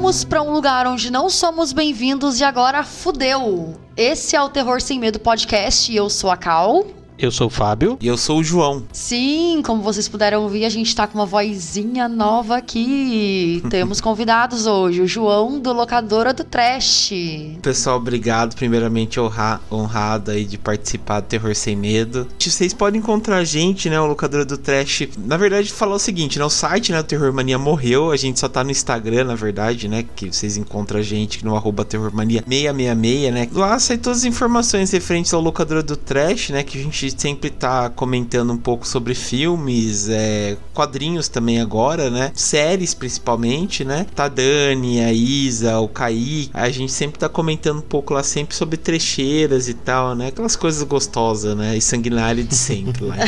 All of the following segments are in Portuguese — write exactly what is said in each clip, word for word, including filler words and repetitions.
Vamos pra um lugar onde não somos bem-vindos e agora fudeu. Esse é o Terror Sem Medo Podcast e eu sou a Cal. Eu sou o Fábio. E eu sou o João. Sim, como vocês puderam ouvir, a gente tá com uma vozinha nova aqui. Temos convidados hoje, o João do Locadora do Trash. Pessoal, obrigado, primeiramente honra, honrado aí de participar do Terror Sem Medo. Vocês podem encontrar a gente, né, o Locadora do Trash. Na verdade, falar o seguinte, né, o site, né, o Terror Mania morreu, a gente só tá no Instagram, na verdade, né, que vocês encontram a gente no arroba Terror Mania seiscentos e sessenta e seis, né. Lá sai todas as informações referentes ao Locadora do Trash, né, que a gente sempre tá comentando um pouco sobre filmes, é, quadrinhos também agora, né? Séries principalmente, né? Tá a Dani, a Isa, o Kaique. A gente sempre tá comentando um pouco lá sempre sobre trecheiras e tal, né? Aquelas coisas gostosas, né? E sanguinárias de sempre lá.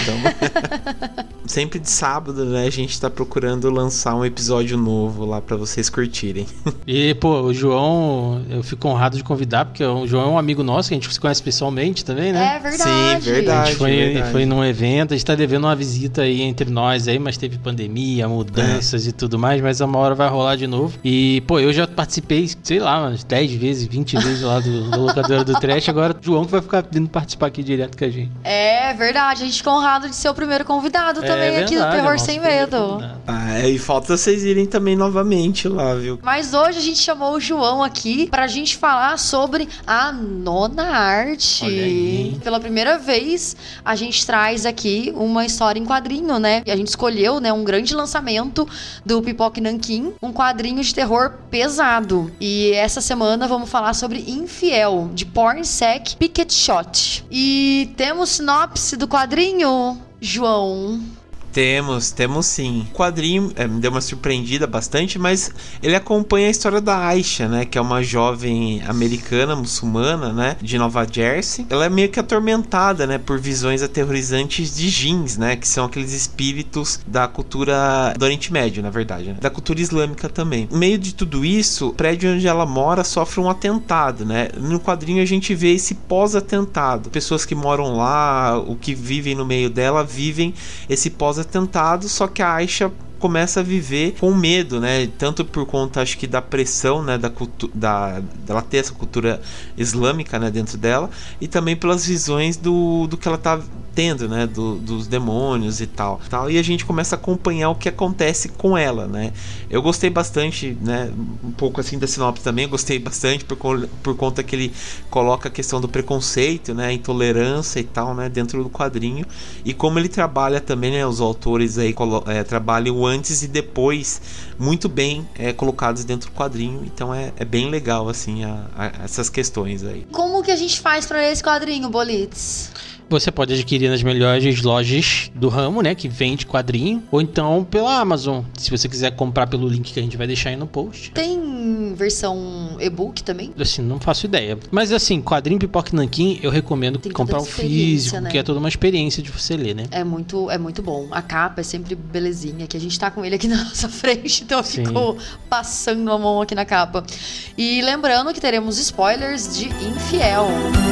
Então, sempre de sábado, né? A gente tá procurando lançar um episódio novo lá pra vocês curtirem. E, pô, o João, eu fico honrado de convidar, porque o João é um amigo nosso, que a gente se conhece pessoalmente também, né? É verdade. Sim, verdade. A gente foi, foi num evento, a gente tá devendo uma visita aí entre nós aí, mas teve pandemia, mudanças é. e tudo mais, mas uma hora vai rolar de novo. E, pô, eu já participei, sei lá, umas dez vezes, vinte vezes lá do, do Locadora do Trash, agora o João que vai ficar vindo participar aqui direto com a gente. É verdade, a gente ficou honrado de ser o primeiro convidado é também verdade, aqui do Terror Sem Medo. Ah, e falta vocês irem também novamente lá, viu? Mas hoje a gente chamou o João aqui pra gente falar sobre a nona arte. Olha aí. Pela primeira vez, a gente traz aqui uma história em quadrinho, né? E a gente escolheu, né, um grande lançamento do Pipoque Nanquim, um quadrinho de terror pesado. E essa semana vamos falar sobre Infiel, de Pornsec Picket Shot. E temos sinopse do quadrinho, João? Temos, temos sim. O quadrinho é, me deu uma surpreendida bastante, mas ele acompanha a história da Aisha, né? Que é uma jovem americana, muçulmana, né? De Nova Jersey. Ela é meio que atormentada, né? Por visões aterrorizantes de djinns, né? Que são aqueles espíritos da cultura do Oriente Médio, na verdade, né? Da cultura islâmica também. No meio de tudo isso, o prédio onde ela mora sofre um atentado, né? No quadrinho a gente vê esse pós-atentado. Pessoas que moram lá, o que vivem no meio dela, vivem esse pós-atentado. Atentado, só que a Aisha começa a viver com medo, né? Tanto por conta, acho que, da pressão, né? Da cultura, da, dela ter essa cultura islâmica, né? Dentro dela, e também pelas visões do, do que ela tá tendo, né? Do, dos demônios e tal, tal. E a gente começa a acompanhar o que acontece com ela, né? Eu gostei bastante, né? Um pouco assim da sinopse também, eu gostei bastante por, por conta que ele coloca a questão do preconceito, né? A intolerância e tal, né? Dentro do quadrinho. E como ele trabalha também, né? Os autores aí é, trabalham o antes e depois muito bem é, colocados dentro do quadrinho, então é, é bem legal assim a, a, essas questões aí. Como que a gente faz pra ler esse quadrinho, Bolitz? Você pode adquirir nas melhores lojas do ramo, né, que vende quadrinho, ou então pela Amazon, se você quiser comprar pelo link que a gente vai deixar aí no post. Tem versão e-book também? Assim, não faço ideia. Mas assim, quadrinho Pipoque Nanquim, eu recomendo comprar o físico, né? Que é toda uma experiência de você ler, né? É muito, é muito bom. A capa é sempre belezinha, que a gente tá com ele aqui na nossa frente, então eu fico passando a mão aqui na capa. E lembrando que teremos spoilers de Infiel.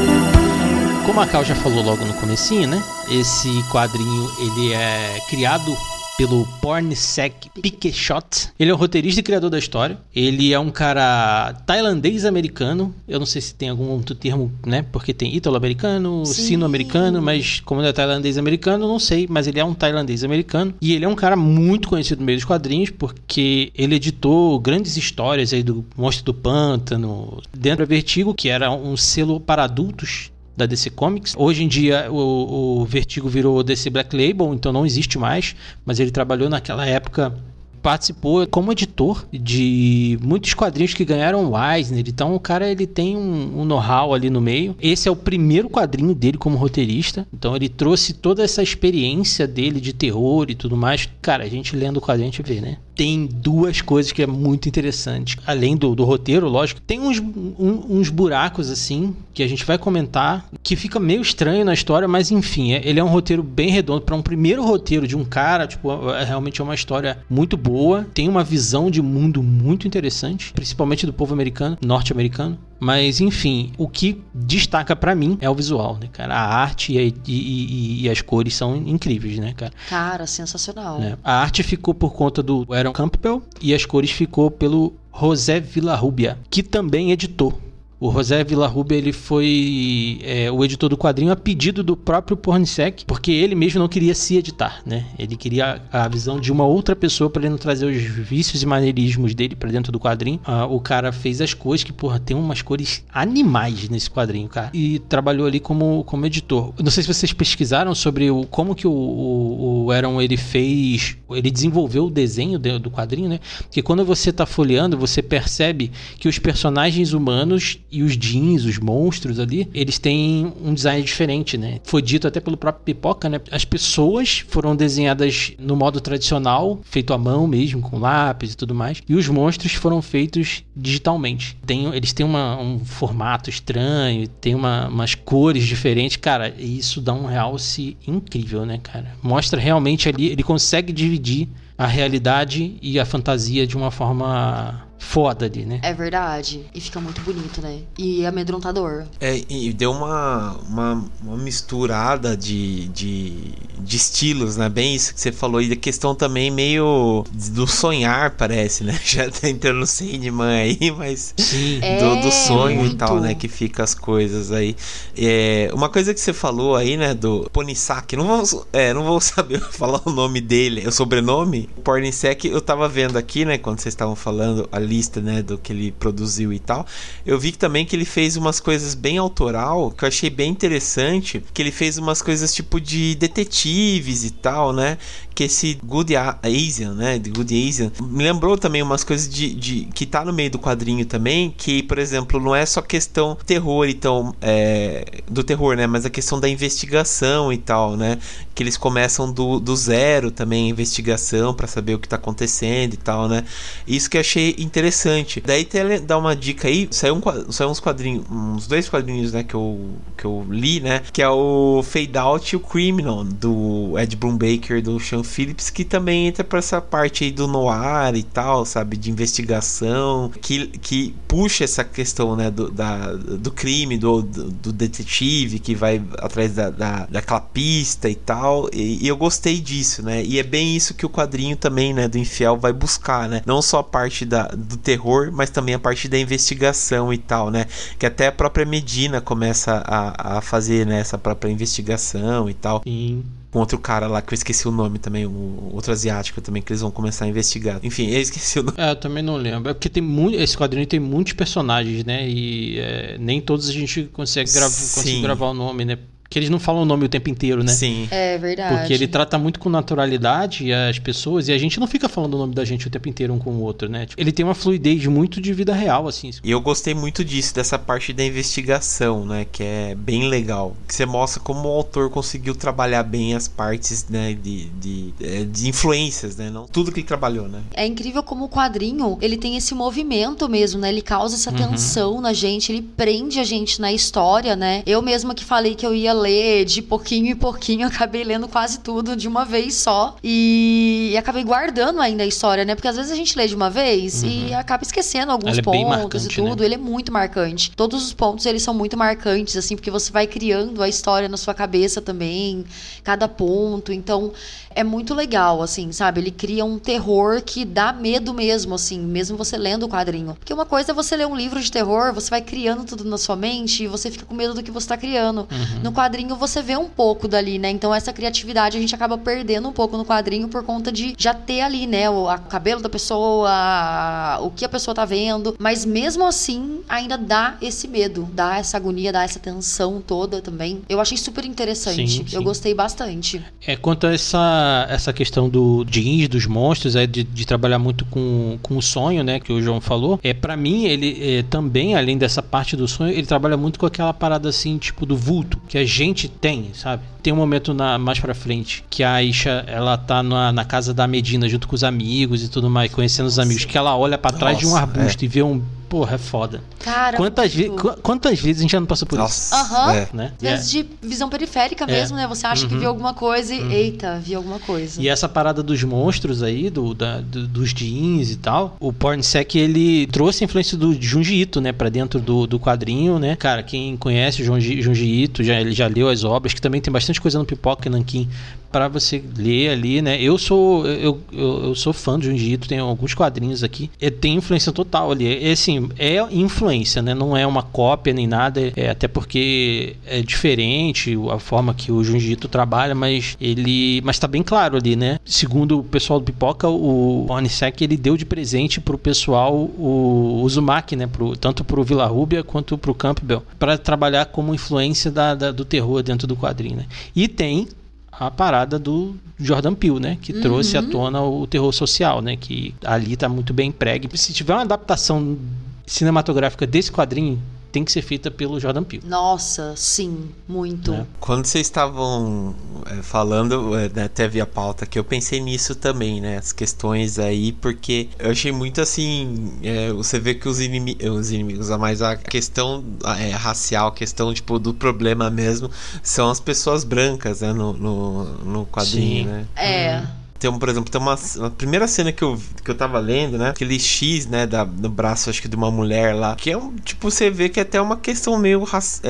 Como a Cal já falou logo no comecinho, né? Esse quadrinho, ele é criado pelo Pornsec Picket Shot. Ele é o roteirista e criador da história. Ele é um cara tailandês-americano. Eu não sei se tem algum outro termo, né? Porque tem ítalo-americano, sino-americano, mas como ele é tailandês-americano, não sei. Mas ele é um tailandês-americano. E ele é um cara muito conhecido no meio dos quadrinhos, porque ele editou grandes histórias aí do Monstro do Pântano, dentro da Vertigo, que era um selo para adultos da D C Comics. Hoje em dia o, o Vertigo virou D C Black Label, então não existe mais, mas ele trabalhou naquela época, participou como editor de muitos quadrinhos que ganharam o Eisner. Então o cara, ele tem um, um know-how ali no meio. Esse é o primeiro quadrinho dele como roteirista, então ele trouxe toda essa experiência dele de terror e tudo mais. Cara, a gente lendo o quadrinho, a gente vê, né? Tem duas coisas que é muito interessante. Além do, do roteiro, lógico, tem uns, um, uns buracos assim, que a gente vai comentar, que fica meio estranho na história, mas enfim, é, ele é um roteiro bem redondo. Para um primeiro roteiro de um cara, tipo, é, realmente é uma história muito boa. Tem uma visão de mundo muito interessante, principalmente do povo americano, norte-americano. Mas, enfim, o que destaca pra mim é o visual, né, cara? A arte e, e, e, e as cores são incríveis, né, cara? Cara, sensacional. É. A arte ficou por conta do Aaron Campbell e as cores ficou pelo José Villarrubia, que também editou. O José Villarrubia, ele foi é, o editor do quadrinho a pedido do próprio Pornisheck, porque ele mesmo não queria se editar, né? Ele queria a visão de uma outra pessoa para ele não trazer os vícios e maneirismos dele para dentro do quadrinho. Ah, o cara fez as cores, que, porra, tem umas cores animais nesse quadrinho, cara. E trabalhou ali como, como editor. Não sei se vocês pesquisaram sobre o, como que o, o, o Aaron, ele fez... Ele desenvolveu o desenho de, do quadrinho, né? Porque quando você tá folheando, você percebe que os personagens humanos e os jeans, os monstros ali, eles têm um design diferente, né? Foi dito até pelo próprio Pipoca, né? As pessoas foram desenhadas no modo tradicional, feito à mão mesmo, com lápis e tudo mais, e os monstros foram feitos digitalmente. Tem, eles têm uma, um formato estranho, tem uma, umas cores diferentes, cara, e isso dá um realce incrível, né, cara? Mostra realmente ali, ele consegue dividir a realidade e a fantasia de uma forma foda ali, né? É verdade. E fica muito bonito, né? E amedrontador. É, e deu uma, uma, uma misturada de, de, de estilos, né? Bem isso que você falou. E a questão também meio do sonhar, parece, né? Já tá entrando no Sandman aí, mas Sim. do, É, do sonho muito. e tal, né? Que fica as coisas aí. É, uma coisa que você falou aí, né? Do Pornisheck. Não vou, é, não vou saber falar o nome dele, o sobrenome. O Pornisheck, eu tava vendo aqui, né? Quando vocês estavam falando ali, lista, né, do que ele produziu e tal, eu vi que também que ele fez umas coisas bem autoral, que eu achei bem interessante, que ele fez umas coisas tipo de detetives e tal, né, que esse Good Asian, né, de Good Asian, me lembrou também umas coisas de, de que tá no meio do quadrinho também, que, por exemplo, não é só questão terror, então, é, do terror, né, mas a questão da investigação e tal, né, que eles começam do, do zero também, a investigação, pra saber o que tá acontecendo e tal, né, isso que eu achei interessante. Interessante. Daí tem, dá uma dica aí, saiu, um, saiu uns quadrinhos, uns dois quadrinhos, né, que eu, que eu li, né, que é o Fade Out e o Criminal, do Ed Brubaker e do Sean Phillips, que também entra pra essa parte aí do noir e tal, sabe, de investigação, que, que puxa essa questão, né, do, da, do crime, do, do, do detetive que vai atrás da, da, daquela pista e tal, e, e eu gostei disso, né, e é bem isso que o quadrinho também, né, do Infiel vai buscar, né, não só a parte da do terror, mas também a parte da investigação e tal, né? Que até a própria Medina começa a, a fazer, né, essa própria investigação e tal. Sim. Com outro cara lá, que eu esqueci o nome também, o outro asiático também, que eles vão começar a investigar. Enfim, eu esqueci o nome. É, eu também não lembro. É porque tem muito, esse quadrinho tem muitos personagens, né? E é, nem todos a gente consegue, grava, consegue gravar o nome, né? Que eles não falam o nome o tempo inteiro, né? Sim. É verdade. Porque ele trata muito com naturalidade as pessoas, e a gente não fica falando o nome da gente o tempo inteiro um com o outro, né? Ele tem uma fluidez muito de vida real, assim. E eu gostei muito disso, dessa parte da investigação, né? Que é bem legal. Que você mostra como o autor conseguiu trabalhar bem as partes, né? De, de, de influências, né? Não tudo que ele trabalhou, né? É incrível como o quadrinho, ele tem esse movimento mesmo, né? Ele causa essa Uhum. tensão na gente, ele prende a gente na história, né? Eu mesma que falei que eu ia ler de pouquinho em pouquinho, acabei lendo quase tudo de uma vez só e, e acabei guardando ainda a história, né? Porque às vezes a gente lê de uma vez uhum. e acaba esquecendo alguns Ela é pontos marcante, e tudo. Né? Ele é muito marcante. Todos os pontos, eles são muito marcantes, assim, porque você vai criando a história na sua cabeça também, cada ponto. Então, é muito legal, assim, sabe? Ele cria um terror que dá medo mesmo, assim, mesmo você lendo o quadrinho. Porque uma coisa é você ler um livro de terror, você vai criando tudo na sua mente e você fica com medo do que você tá criando. Uhum. No quadrinho você vê um pouco dali, né? Então essa criatividade a gente acaba perdendo um pouco no quadrinho por conta de já ter ali, né? O a, cabelo da pessoa, a, o que a pessoa tá vendo. Mas mesmo assim, ainda dá esse medo, dá essa agonia, dá essa tensão toda também. Eu achei super interessante. Sim, sim. Eu gostei bastante. É, quanto a essa, essa questão do jeans, dos monstros, é, de, de trabalhar muito com, com o sonho, né? Que o João falou. É, pra mim, ele é, também, além dessa parte do sonho, ele trabalha muito com aquela parada assim, tipo, do vulto, que a gente tem, sabe? Tem um momento na, mais pra frente que a Aisha, ela tá na, na casa da Medina junto com os amigos e tudo mais, conhecendo os amigos, que ela olha pra trás Nossa, de um arbusto é. e vê um... Porra, é foda. Cara, quantas, ve- quantas vezes a gente já não passou por Nossa, isso? Aham. Uhum. É. Né? Às vezes de visão periférica mesmo, é. né? Você acha uhum. que viu alguma coisa e... Uhum. Eita, vi alguma coisa. E essa parada dos monstros aí, do, da, do, dos jeans e tal, o Pornisheck, ele trouxe a influência do Junji Ito, né? Pra dentro do, do quadrinho, né? Cara, quem conhece o Junji, Junji Ito, já, ele já leu as obras, que também tem bastante coisa no Pipoca e Nanquim pra você ler ali, né? Eu sou eu, eu, eu sou fã do Junji Ito, tem alguns quadrinhos aqui. É, tem influência total ali. É assim, é influência, né? Não é uma cópia nem nada, é, até porque é diferente a forma que o Junji Ito trabalha, mas ele, mas tá bem claro ali, né? Segundo o pessoal do Pipoca, o Hornacek, ele deu de presente pro pessoal o Uzumaki, né? Pro, tanto pro Villarrubia quanto pro Campbell, para trabalhar como influência da, da, do terror dentro do quadrinho, né? E tem a parada do Jordan Peele, né? Que uhum. trouxe à tona o terror social, né? Que ali tá muito bem empregue. Se tiver uma adaptação cinematográfica desse quadrinho, tem que ser feita pelo Jordan Peele. Nossa, sim, muito. É. Quando vocês estavam é, falando, é, né, até vi a pauta que eu pensei nisso também, né? As questões aí, porque eu achei muito assim, é, você vê que os, inimi- os inimigos, a mais a questão é, racial, a questão tipo, do problema mesmo, são as pessoas brancas, né? No, no, no quadrinho, sim. né? É... Hum. Tem, por exemplo, tem uma, uma primeira cena que eu, que eu tava lendo, né? Aquele X, né? Da, no braço, acho que de uma mulher lá. Que é um, tipo, você vê que é até uma questão meio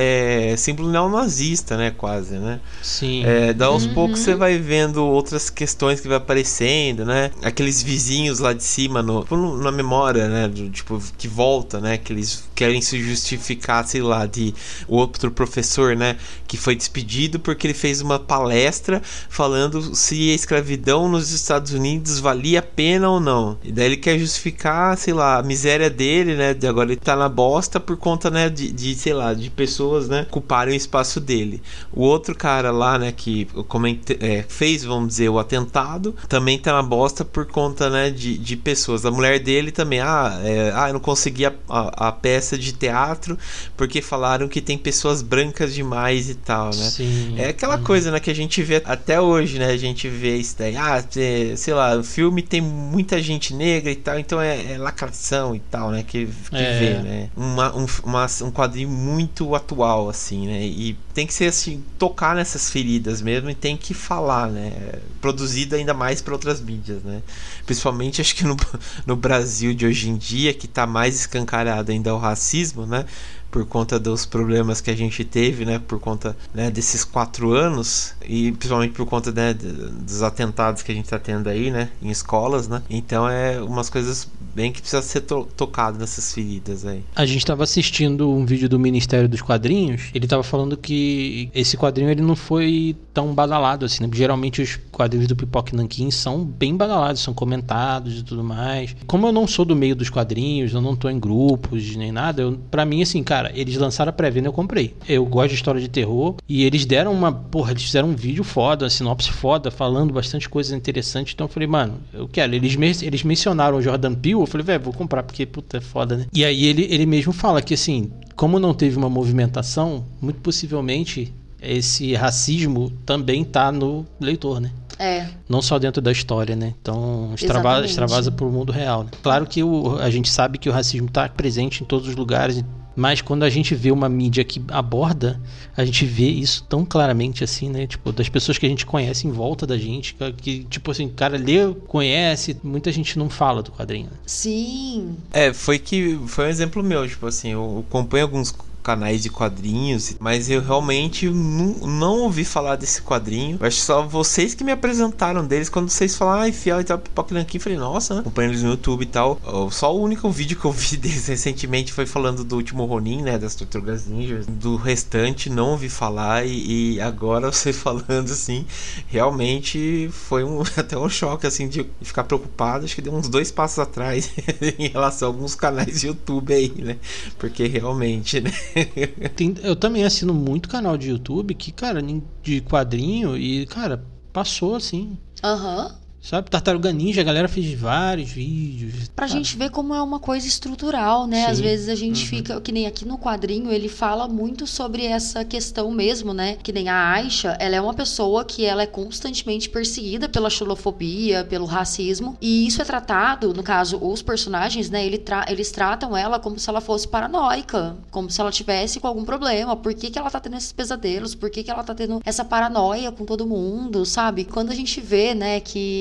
é, símbolo neonazista, né? Quase, né? Sim. É, daí aos uhum. poucos você vai vendo outras questões que vai aparecendo, né? Aqueles vizinhos lá de cima, no, na memória, né? Do, tipo, que volta, né? Que eles querem se justificar, sei lá, de o outro professor, né? Que foi despedido porque ele fez uma palestra falando se a escravidão nos Estados Unidos valia a pena ou não. E daí ele quer justificar, sei lá, a miséria dele, né? De agora ele tá na bosta por conta, né? De, de sei lá, de pessoas, né? Ocuparem o espaço dele. O outro cara lá, né? Que comente, é, fez, vamos dizer, o atentado, também tá na bosta por conta, né? De, de pessoas. A mulher dele também, ah, é, ah eu não consegui a, a, a peça de teatro porque falaram que tem pessoas brancas demais e tal, né? Sim. É aquela uhum. coisa, né? Que a gente vê até hoje, né? A gente vê isso daí, ah, sei lá, o filme tem muita gente negra e tal, então é, é lacração e tal, né, que, que é. vê, né, uma, um, uma, um quadrinho muito atual, assim, né, e tem que ser assim, tocar nessas feridas mesmo e tem que falar, né, produzido ainda mais para outras mídias, né, principalmente acho que no, no Brasil de hoje em dia, que tá mais escancarado ainda o racismo, né, por conta dos problemas que a gente teve, né, por conta, né, desses quatro anos e principalmente por conta, né, dos atentados que a gente tá tendo aí, né, em escolas, né, então é umas coisas bem que precisa ser to- tocado nessas feridas aí. A gente tava assistindo um vídeo do Ministério dos Quadrinhos, ele tava falando que esse quadrinho ele não foi tão badalado assim, né, geralmente os quadrinhos do Pipoca Nanquim são bem badalados, são comentados e tudo mais. Como eu não sou do meio dos quadrinhos, eu não tô em grupos nem nada, eu, pra mim assim, cara, eles lançaram a pré-venda e eu comprei. Eu gosto de história de terror e eles deram uma, porra, eles fizeram um vídeo foda, uma sinopse foda, falando bastante coisas interessantes, então eu falei, mano, eu quero. Eles, me- eles mencionaram o Jordan Peele, eu falei, velho, vou comprar porque, puta, é foda, né? E aí ele, ele mesmo fala que, assim, como não teve uma movimentação, muito possivelmente esse racismo também tá no leitor, né? É. Não só dentro da história, né? Então, extravasa, extravasa pro mundo real, né? Claro que o, a gente sabe que o racismo tá presente em todos os lugares, mas quando a gente vê uma mídia que aborda, a gente vê isso tão claramente assim, né? Tipo, das pessoas que a gente conhece em volta da gente, que, que tipo assim, o cara lê, conhece, muita gente não fala do quadrinho. Né? Sim. É, foi que foi um exemplo meu, tipo assim, eu acompanho alguns canais de quadrinhos, mas eu realmente não, não ouvi falar desse quadrinho. Eu acho que só vocês que me apresentaram deles quando vocês falaram, ai, Fiel e tal, Pipoca Nanquim. Eu falei, nossa, né? Acompanhando eles no YouTube e tal. Só o único vídeo que eu vi deles recentemente foi falando do último Ronin, né? Das Tartarugas Ninjas. Do restante, não ouvi falar. E, e agora você falando assim, realmente foi um, até um choque, assim, de ficar preocupado. Acho que deu uns dois passos atrás em relação a alguns canais de YouTube aí, né? Porque realmente, né? Tem, eu também assino muito canal de YouTube que, cara, de quadrinho e, cara, passou assim. Aham. Uhum. Sabe, Tartaruga Ninja, a galera fez vários vídeos. Pra cara. gente ver como é uma coisa estrutural, né? Sim. Às vezes a gente uhum. fica, que nem aqui no quadrinho, ele fala muito sobre essa questão mesmo, né? Que nem a Aisha, ela é uma pessoa que ela é constantemente perseguida pela xilofobia, pelo racismo. E isso é tratado, no caso, os personagens, né? Ele tra- eles tratam ela como se ela fosse paranoica, como se ela tivesse com algum problema. Por que que ela tá tendo esses pesadelos? Por que que ela tá tendo essa paranoia com todo mundo, sabe? Quando a gente vê, né, que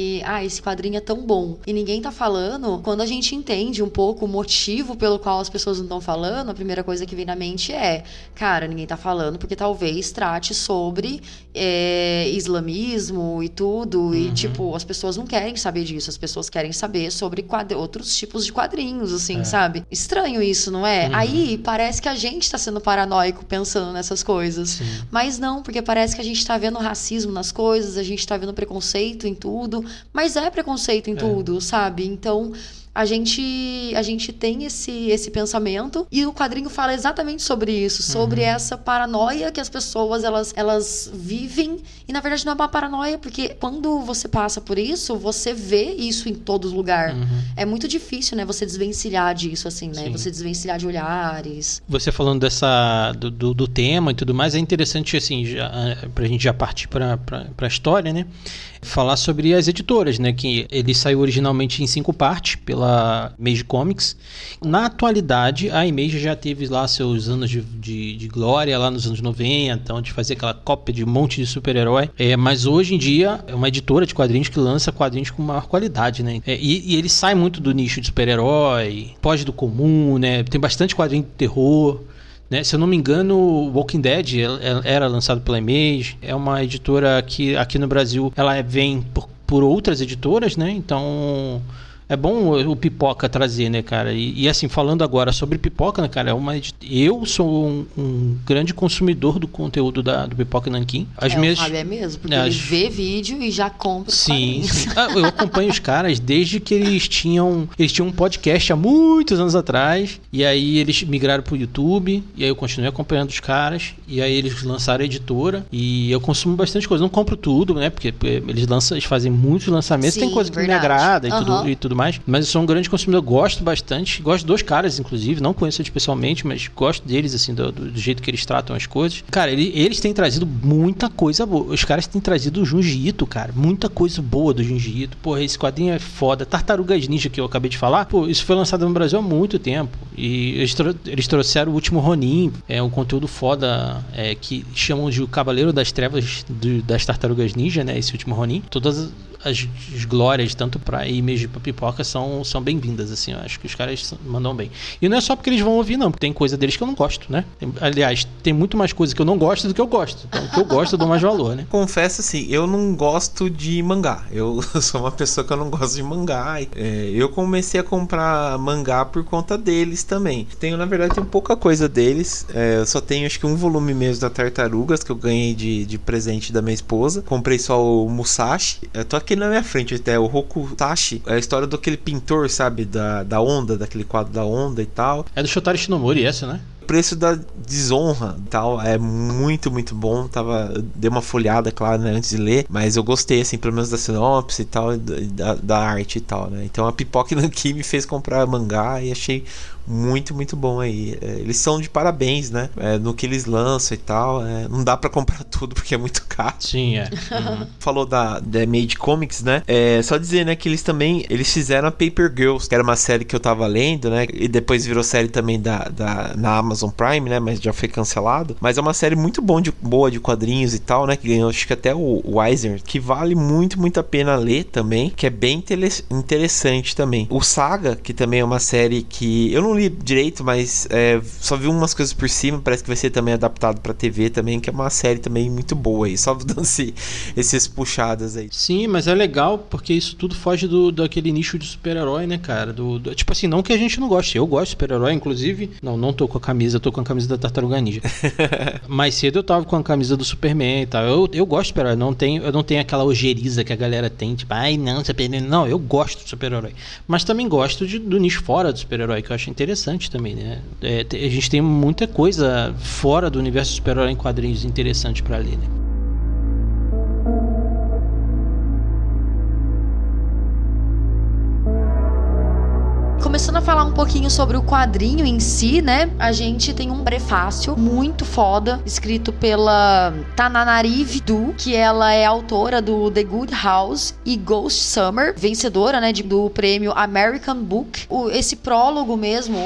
que, ah, esse quadrinho é tão bom e ninguém tá falando, quando a gente entende um pouco o motivo pelo qual as pessoas não estão falando, a primeira coisa que vem na mente é, cara, ninguém tá falando porque talvez trate sobre é, islamismo e tudo, uhum. e tipo, as pessoas não querem saber disso, as pessoas querem saber sobre quadr- outros tipos de quadrinhos, assim, é. sabe? Estranho isso, não é? Uhum. Aí parece que a gente tá sendo paranoico pensando nessas coisas, Sim. mas não, porque parece que a gente tá vendo racismo nas coisas, a gente tá vendo preconceito em tudo, mas é preconceito em é. tudo, sabe? Então, a gente, a gente tem esse, esse pensamento e o quadrinho fala exatamente sobre isso, sobre uhum. essa paranoia que as pessoas, elas, elas vivem e, na verdade, não é uma paranoia, porque quando você passa por isso, você vê isso em todo lugar. Uhum. É muito difícil, né, você desvencilhar disso, assim, né? Sim. Você desvencilhar de olhares. Você falando dessa, do, do, do tema e tudo mais, é interessante, assim, já, pra gente já partir pra, pra, pra história, né? Falar sobre as editoras, né? Que ele saiu originalmente em cinco partes pela Image Comics. Na atualidade, a Image já teve lá seus anos de, de, de glória, lá nos anos noventa, onde fazia aquela cópia de um monte de super-herói. É, mas hoje em dia é uma editora de quadrinhos que lança quadrinhos com maior qualidade, né? É, e, e ele sai muito do nicho de super-herói, foge do comum, né? Tem bastante quadrinho de terror. Né? Se eu não me engano, Walking Dead era lançado pela Image. É uma editora que aqui no Brasil ela vem por, por outras editoras, né? Então é bom o, o Pipoca trazer, né, cara? E, e assim, falando agora sobre Pipoca, né, cara? É uma edit... Eu sou um, um grande consumidor do conteúdo da, do Pipoca Nanquim. As é, minhas... o Fábio é mesmo, porque As... ele vê vídeo e já compra. Sim, sim. Eu acompanho os caras desde que eles tinham eles tinham um podcast há muitos anos atrás, e aí eles migraram pro YouTube, e aí eu continuei acompanhando os caras, e aí eles lançaram a editora, e eu consumo bastante coisa. Não compro tudo, né, porque eles lançam, eles fazem muitos lançamentos, sim, tem coisa que verdade. me agrada e, uhum. tudo, e tudo mais, mas eu sou um grande consumidor, gosto bastante, gosto dos caras, inclusive, não conheço eles pessoalmente, mas gosto deles, assim, do, do jeito que eles tratam as coisas. Cara, ele, eles têm trazido muita coisa boa. Os caras têm trazido o Junji Ito, cara, muita coisa boa do Junji Ito. Porra, esse quadrinho é foda. Tartarugas Ninja, que eu acabei de falar, pô, isso foi lançado no Brasil há muito tempo, e eles, tro- eles trouxeram o último Ronin, é um conteúdo foda, é, que chamam de o Cavaleiro das Trevas do, das Tartarugas Ninja, né, esse último Ronin. Todas as, as glórias, tanto pra Image e pra Pipoca, são, são bem-vindas, assim, eu acho que os caras mandam bem. E não é só porque eles vão ouvir, não, porque tem coisa deles que eu não gosto, né? Tem, aliás, tem muito mais coisa que eu não gosto do que eu gosto. Então, o que eu gosto eu dou mais valor, né? Confesso, assim, eu não gosto de mangá. Eu sou uma pessoa que eu não gosto de mangá. É, eu comecei a comprar mangá por conta deles também. Tenho, na verdade, tenho pouca coisa deles. É, eu só tenho, acho que um volume mesmo da Tartarugas, que eu ganhei de, de presente da minha esposa. Comprei só o Musashi. Eu tô aqui na minha frente até, o Hokushashi. É a história daquele pintor, sabe? Da, da onda, daquele quadro da onda e tal. É do Shotaro Shinomori essa, né? O preço da desonra e tal é muito, muito bom. Tava, dei uma folhada, claro, né, antes de ler, mas eu gostei, assim, pelo menos da sinopse e tal, da, da arte e tal, né? Então a Pipoca Nanquim me fez comprar mangá e achei muito, muito bom aí. É, eles são de parabéns, né? É, no que eles lançam e tal. É, não dá pra comprar tudo porque é muito caro. Sim, é. Uhum. Falou da, da Image Comics, né? É, só dizer, né, que eles também eles fizeram a Paper Girls, que era uma série que eu tava lendo, né? E depois virou série também da, da, na Amazon Prime, né? Mas já foi cancelado. Mas é uma série muito bom de, boa de quadrinhos e tal, né? Que ganhou, acho que até o, o Eisner, que vale muito, muito a pena ler também, que é bem intele- interessante também. O Saga, que também é uma série que eu não li direito, mas é, só vi umas coisas por cima, parece que vai ser também adaptado pra T V também, que é uma série também muito boa aí, só dando esse, esses puxadas aí. Sim, mas é legal porque isso tudo foge do, daquele nicho de super-herói, né, cara? Do, do, tipo assim, não que a gente não goste, eu gosto de super-herói, inclusive, não, não tô com a camisa, tô com a camisa da Tartaruga Ninja. Mais cedo eu tava com a camisa do Superman e tal, eu, eu gosto de super-herói, não tenho, eu não tenho aquela ojeriza que a galera tem, tipo, ai não, super-herói, não, eu gosto de super-herói, mas também gosto de, do nicho fora do super-herói, que eu acho interessante também, né? É, a gente tem muita coisa fora do universo super-herói em quadrinhos interessante pra ler, né? Começando a falar um pouquinho sobre o quadrinho em si, né? A gente tem um prefácio muito foda, escrito pela Tananarive Du, que ela é autora do The Good House e Ghost Summer, vencedora, né, de, do prêmio American Book. O, esse prólogo mesmo,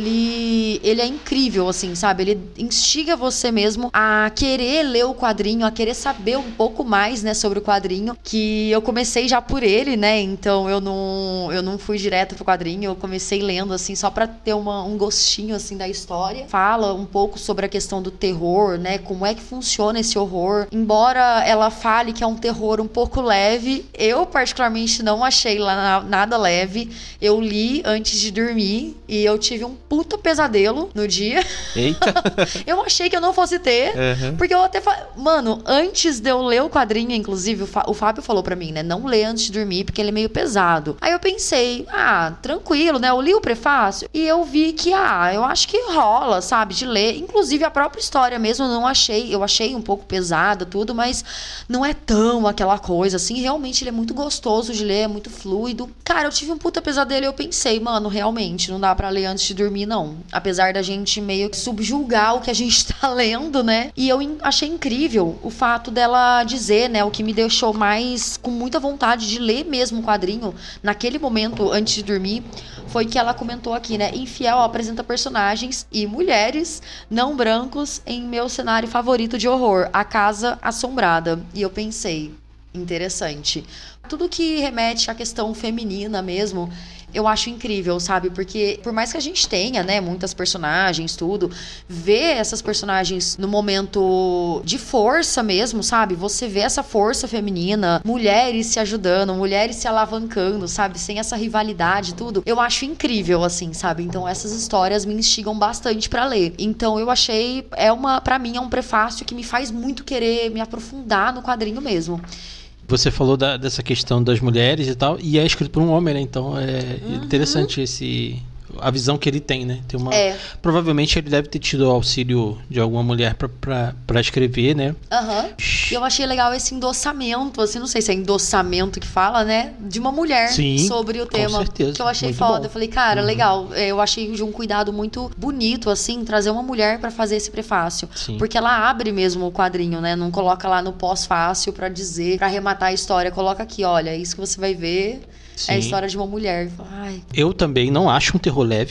ele, ele é incrível, assim, sabe? Ele instiga você mesmo a querer ler o quadrinho, a querer saber um pouco mais, né, sobre o quadrinho, que eu comecei já por ele, né? Então eu não, eu não fui direto pro quadrinho, eu comecei lendo, assim, só pra ter uma, um gostinho, assim, da história. Fala um pouco sobre a questão do terror, né? Como é que funciona esse horror. Embora ela fale que é um terror um pouco leve, eu particularmente não achei lá nada leve. Eu li antes de dormir e eu tive um puta pesadelo no dia. Eita! Eu achei que eu não fosse ter, uhum. porque eu até... Fa... Mano, antes de eu ler o quadrinho, inclusive, o, Fá... o Fábio falou pra mim, né? Não lê antes de dormir, porque ele é meio pesado. Aí eu pensei, ah, tranquilo, né? Eu li o prefácio e eu vi que, ah, eu acho que rola, sabe? De ler. Inclusive, a própria história mesmo, eu não achei... Eu achei um pouco pesada, tudo, mas não é tão aquela coisa, assim. Realmente, ele é muito gostoso de ler, é muito fluido. Cara, eu tive um puta pesadelo e eu pensei, mano, realmente, não dá pra ler antes de dormir, não. Apesar da gente meio que subjulgar o que a gente tá lendo, né? E eu achei incrível o fato dela dizer, né? O que me deixou mais com muita vontade de ler mesmo o quadrinho naquele momento, antes de dormir, foi que ela comentou aqui, né? Infiel apresenta personagens e mulheres não brancos em meu cenário favorito de horror, A Casa Assombrada. E eu pensei, interessante. Tudo que remete à questão feminina mesmo, eu acho incrível, sabe? Porque por mais que a gente tenha, né, muitas personagens, tudo, ver essas personagens no momento de força mesmo, sabe? Você vê essa força feminina, mulheres se ajudando, mulheres se alavancando, sabe? Sem essa rivalidade, tudo. Eu acho incrível, assim, sabe? Então essas histórias me instigam bastante pra ler. Então eu achei, é uma, pra mim é um prefácio que me faz muito querer me aprofundar no quadrinho mesmo. Você falou da, dessa questão das mulheres e tal, e é escrito por um homem, né? Então é uhum. interessante esse... a visão que ele tem, né? Tem uma... é. Provavelmente ele deve ter tido auxílio de alguma mulher pra, pra, pra escrever, né? Aham. Uhum. E eu achei legal esse endossamento, assim, não sei se é endossamento que fala, né? De uma mulher. Sim, sobre o tema. Com certeza. Que eu achei muito foda. Bom. Eu falei, cara, uhum. legal. Eu achei de um cuidado muito bonito, assim, trazer uma mulher pra fazer esse prefácio. Sim. Porque ela abre mesmo o quadrinho, né? Não coloca lá no pós-fácil pra dizer, pra arrematar a história. Coloca aqui, olha, é isso que você vai ver. Sim. É a história de uma mulher. Ai. Eu também não acho um terror leve.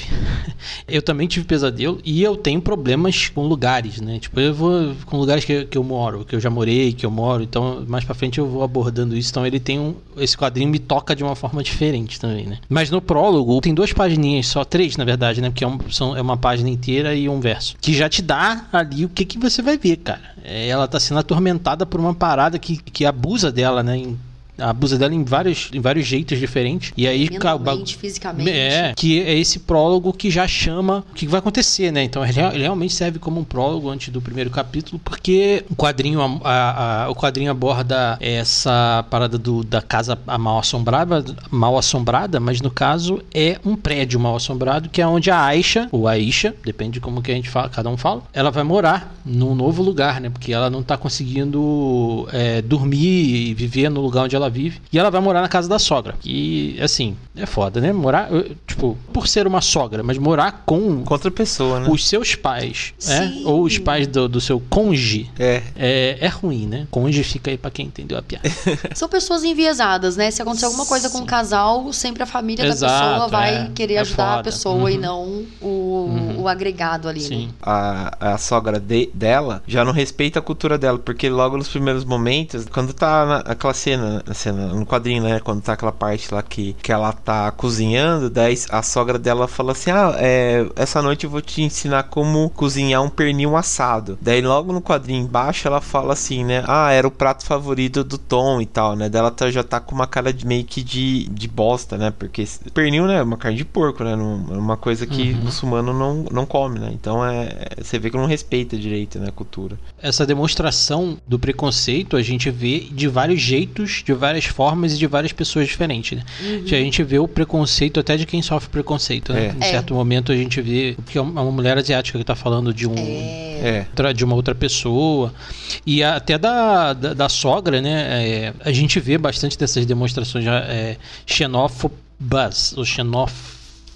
Eu também tive pesadelo e eu tenho problemas com lugares, né? Tipo, eu vou com lugares que, que eu moro, que eu já morei, que eu moro. Então, mais pra frente eu vou abordando isso. Então, ele tem um... Esse quadrinho me toca de uma forma diferente também, né? Mas no prólogo, tem duas pagininhas só, três, na verdade, né? Porque é, um, são, é uma página inteira e um verso. Que já te dá ali o que, que você vai ver, cara. É, ela tá sendo atormentada por uma parada que, que abusa dela, né? Em, abusa dela em vários, em vários jeitos diferentes. E aí, mentalmente, fisicamente. É, que é esse prólogo que já chama o que vai acontecer, né? Então ele, ele realmente serve como um prólogo antes do primeiro capítulo, porque o quadrinho, a, a, a, o quadrinho aborda essa parada do, da casa mal assombrada, mal assombrada, mas no caso é um prédio mal assombrado, que é onde a Aisha, ou Aisha, depende de como que a gente fala, cada um fala, ela vai morar num novo lugar, né? Porque ela não tá conseguindo é, dormir e viver no lugar onde ela vive, e ela vai morar na casa da sogra. E, assim, é foda, né? Morar, tipo, por ser uma sogra, mas morar com... com outra pessoa, né? Os seus pais, é? Ou os pais do, do seu cônjuge. É. é. É ruim, né? Cônjuge fica aí pra quem entendeu a piada. São pessoas enviesadas, né? Se acontecer alguma coisa Sim. com o casal, sempre a família Exato, da pessoa vai é. querer é ajudar foda. a pessoa uhum. e não o, uhum. o agregado ali, Sim. né? A, a sogra de, dela já não respeita a cultura dela, porque logo nos primeiros momentos, quando tá na, aquela cena, na cena, no quadrinho, né, quando tá aquela parte lá que, que ela tá cozinhando, daí a sogra dela fala assim, ah, é, essa noite eu vou te ensinar como cozinhar um pernil assado. Daí logo no quadrinho embaixo ela fala assim, né, ah, era o prato favorito do Tom e tal, né, dela tá, já tá com uma cara de, meio que de, de bosta, né, porque pernil, né, é uma carne de porco, né, não, é uma coisa que uhum. muçulmano não, não come, né, então é, você vê que não respeita direito, né, a cultura. Essa demonstração do preconceito a gente vê de vários jeitos, de várias formas e de várias pessoas diferentes, né? Uhum. A gente vê o preconceito até de quem sofre preconceito, né? É. Em certo é. momento a gente vê que é uma mulher asiática que tá falando de um é. de uma outra pessoa, e até da, da, da sogra, né? É, a gente vê bastante dessas demonstrações é, xenófobas ou xenófobas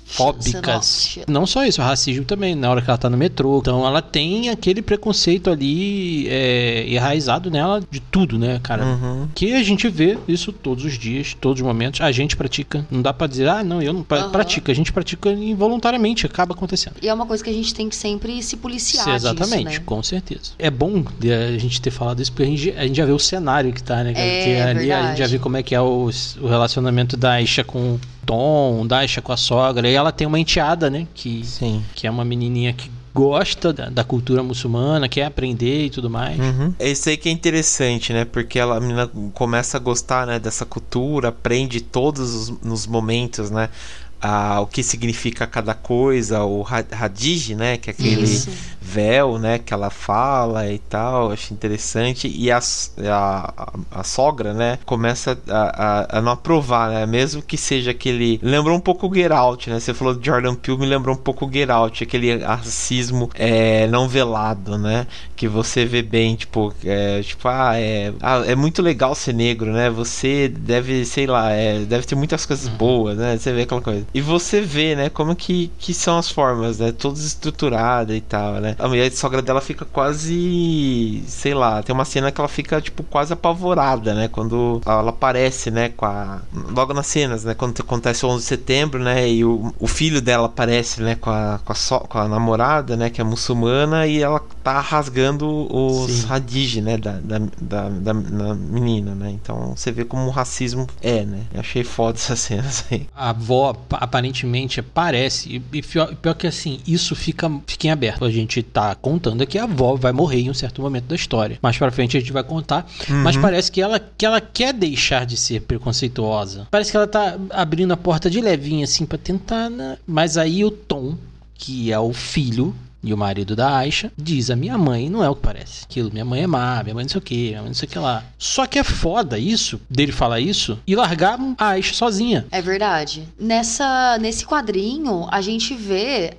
xenofóbicas. Não só isso, o racismo também, na hora que ela tá no metrô. Então ela tem aquele preconceito ali é, enraizado nela de tudo, né, cara? Uhum. Que a gente vê isso todos os dias, todos os momentos. A gente pratica. Não dá pra dizer, ah, não, eu não uhum. pratico. A gente pratica involuntariamente, acaba acontecendo. E é uma coisa que a gente tem que sempre se policiar. Sim, exatamente, disso, né? Com certeza. É bom a gente ter falado isso, porque a gente, a gente já vê o cenário que tá, né? É, que ali verdade. A gente já vê como é que é o, o relacionamento da Aisha com o Tom, da Aisha com a sogra. E ela tem uma enteada, né? Que, Sim. que é uma menininha que gosta da, da cultura muçulmana, quer aprender e tudo mais. Uhum. Isso aí que é interessante, né? Porque ela, a menina começa a gostar, né, dessa cultura, aprende todos os nos momentos, né? Ah, o que significa cada coisa, o hadij, né, que é aquele Isso. véu, né, que ela fala e tal, acho interessante. E a, a, a sogra, né, começa a, a, a não aprovar, né, mesmo que seja aquele... Lembrou um pouco o Get Out, né, você falou de Jordan Peele, me lembrou um pouco o Get Out, aquele racismo é, não velado, né, que você vê bem, tipo, é, tipo ah, é, ah, é muito legal ser negro, né, você deve, sei lá, é, deve ter muitas coisas boas, né, você vê aquela coisa. E você vê, né, como que, que são as formas, né, todas estruturadas e tal, né. A mulher de sogra dela fica quase, sei lá, tem uma cena que ela fica, tipo, quase apavorada, né, quando ela aparece, né, com a... Logo nas cenas, né, quando acontece o onze de setembro, né, e o, o filho dela aparece, né, com a, com, a so, com a namorada, né, que é muçulmana, e ela tá rasgando os hadij, né, da, da, da, da, da menina, né, então você vê como o racismo é, né. Eu achei foda essas cenas aí. A avó aparentemente parece, e pior, pior que assim, isso fica, fica em aberto. A gente tá contando que a avó vai morrer em um certo momento da história. Mais pra frente a gente vai contar, uhum. mas parece que ela, que ela quer deixar de ser preconceituosa. Parece que ela tá abrindo a porta de levinho assim pra tentar, né? Mas aí o Tom, que é o filho e o marido da Aisha, diz, a minha mãe não é o que parece. Aquilo, minha mãe é má, minha mãe não sei o que, minha mãe não sei o que lá. Só que é foda isso, dele falar isso, e largar a Aisha sozinha. É verdade. Nessa, nesse quadrinho, a gente vê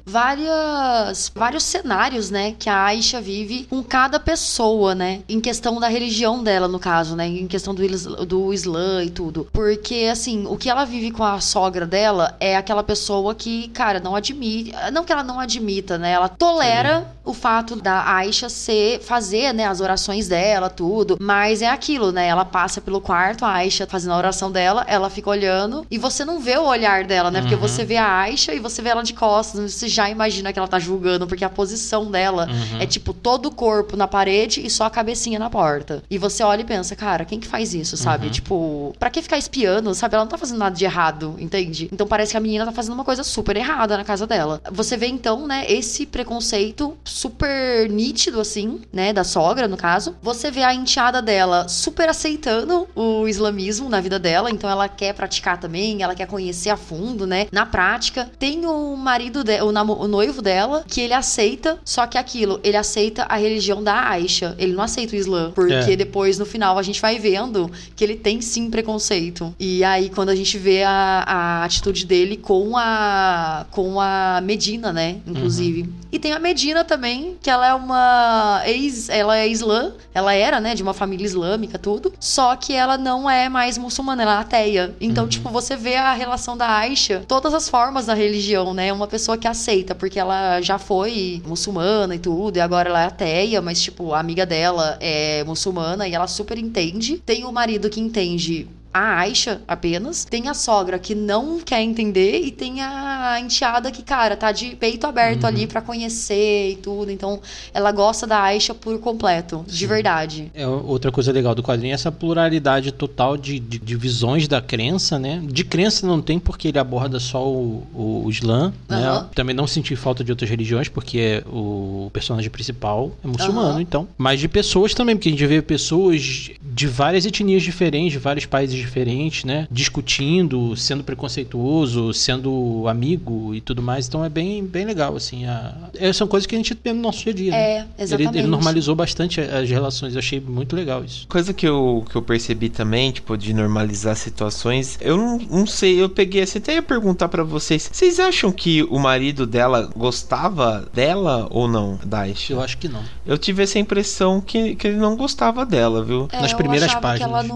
várias, vários cenários, né, que a Aisha vive com cada pessoa, né, em questão da religião dela, no caso, né, em questão do, do Islã e tudo. Porque, assim, o que ela vive com a sogra dela é aquela pessoa que, cara, não admite, não que ela não admita, né, ela tolera Sim. o fato da Aisha ser, fazer, né, as orações dela, tudo, mas é aquilo, né, ela passa pelo quarto, a Aisha fazendo a oração dela, ela fica olhando, e você não vê o olhar dela, né, uhum. porque você vê a Aisha e você vê ela de costas, você já imagina que ela tá julgando, porque a posição dela uhum. é tipo todo o corpo na parede e só a cabecinha na porta, e você olha e pensa, cara, quem que faz isso, sabe, uhum. tipo, pra que ficar espiando, sabe, ela não tá fazendo nada de errado, entende? Então parece que a menina tá fazendo uma coisa super errada na casa dela. Você vê então, né, esse preconceito conceito super nítido, assim, né, da sogra, no caso. Você vê a enteada dela super aceitando o islamismo na vida dela, então ela quer praticar também, ela quer conhecer a fundo, né, na prática. Tem o marido, de, o, namo, o noivo dela, que ele aceita, só que aquilo, ele aceita a religião da Aisha, ele não aceita o Islã, porque é. depois, no final, a gente vai vendo que ele tem, sim, preconceito. E aí, quando a gente vê a, a atitude dele com a, com a Medina, né, inclusive. Uhum. E tem a Medina também, que ela é uma ex, ela é islã, ela era, né, de uma família islâmica, tudo, só que ela não é mais muçulmana, ela é ateia. Então, uhum. tipo, você vê a relação da Aisha, todas as formas da religião, né, uma pessoa que aceita, porque ela já foi muçulmana e tudo, e agora ela é ateia, mas, tipo, a amiga dela é muçulmana e ela super entende. Tem o marido que entende a Aisha apenas, tem a sogra que não quer entender e tem a enteada que, cara, tá de peito aberto uhum. ali pra conhecer e tudo, então ela gosta da Aisha por completo, Sim. de verdade. É outra coisa legal do quadrinho, essa pluralidade total de, de, de visões da crença, né? De crença não tem porque ele aborda só o, o, o Islã, uhum. né? Também não senti falta de outras religiões porque o personagem principal é muçulmano, uhum. então. Mas de pessoas também, porque a gente vê pessoas de várias etnias diferentes, de vários países diferentes, né? Discutindo, sendo preconceituoso, sendo amigo e tudo mais. Então é bem, bem legal, assim. A... É, são coisas que a gente vê no nosso dia a dia. É, né? exatamente. Ele, ele normalizou bastante as relações. Eu achei muito legal isso. Coisa que eu, que eu percebi também, tipo, de normalizar situações, eu não, não sei, eu peguei assim, até ia perguntar pra vocês, vocês acham que o marido dela gostava dela ou não, da Aisha? Eu acho que não. Eu tive essa impressão que, que ele não gostava dela, viu? É, Nas primeiras eu achava páginas. Que ela não...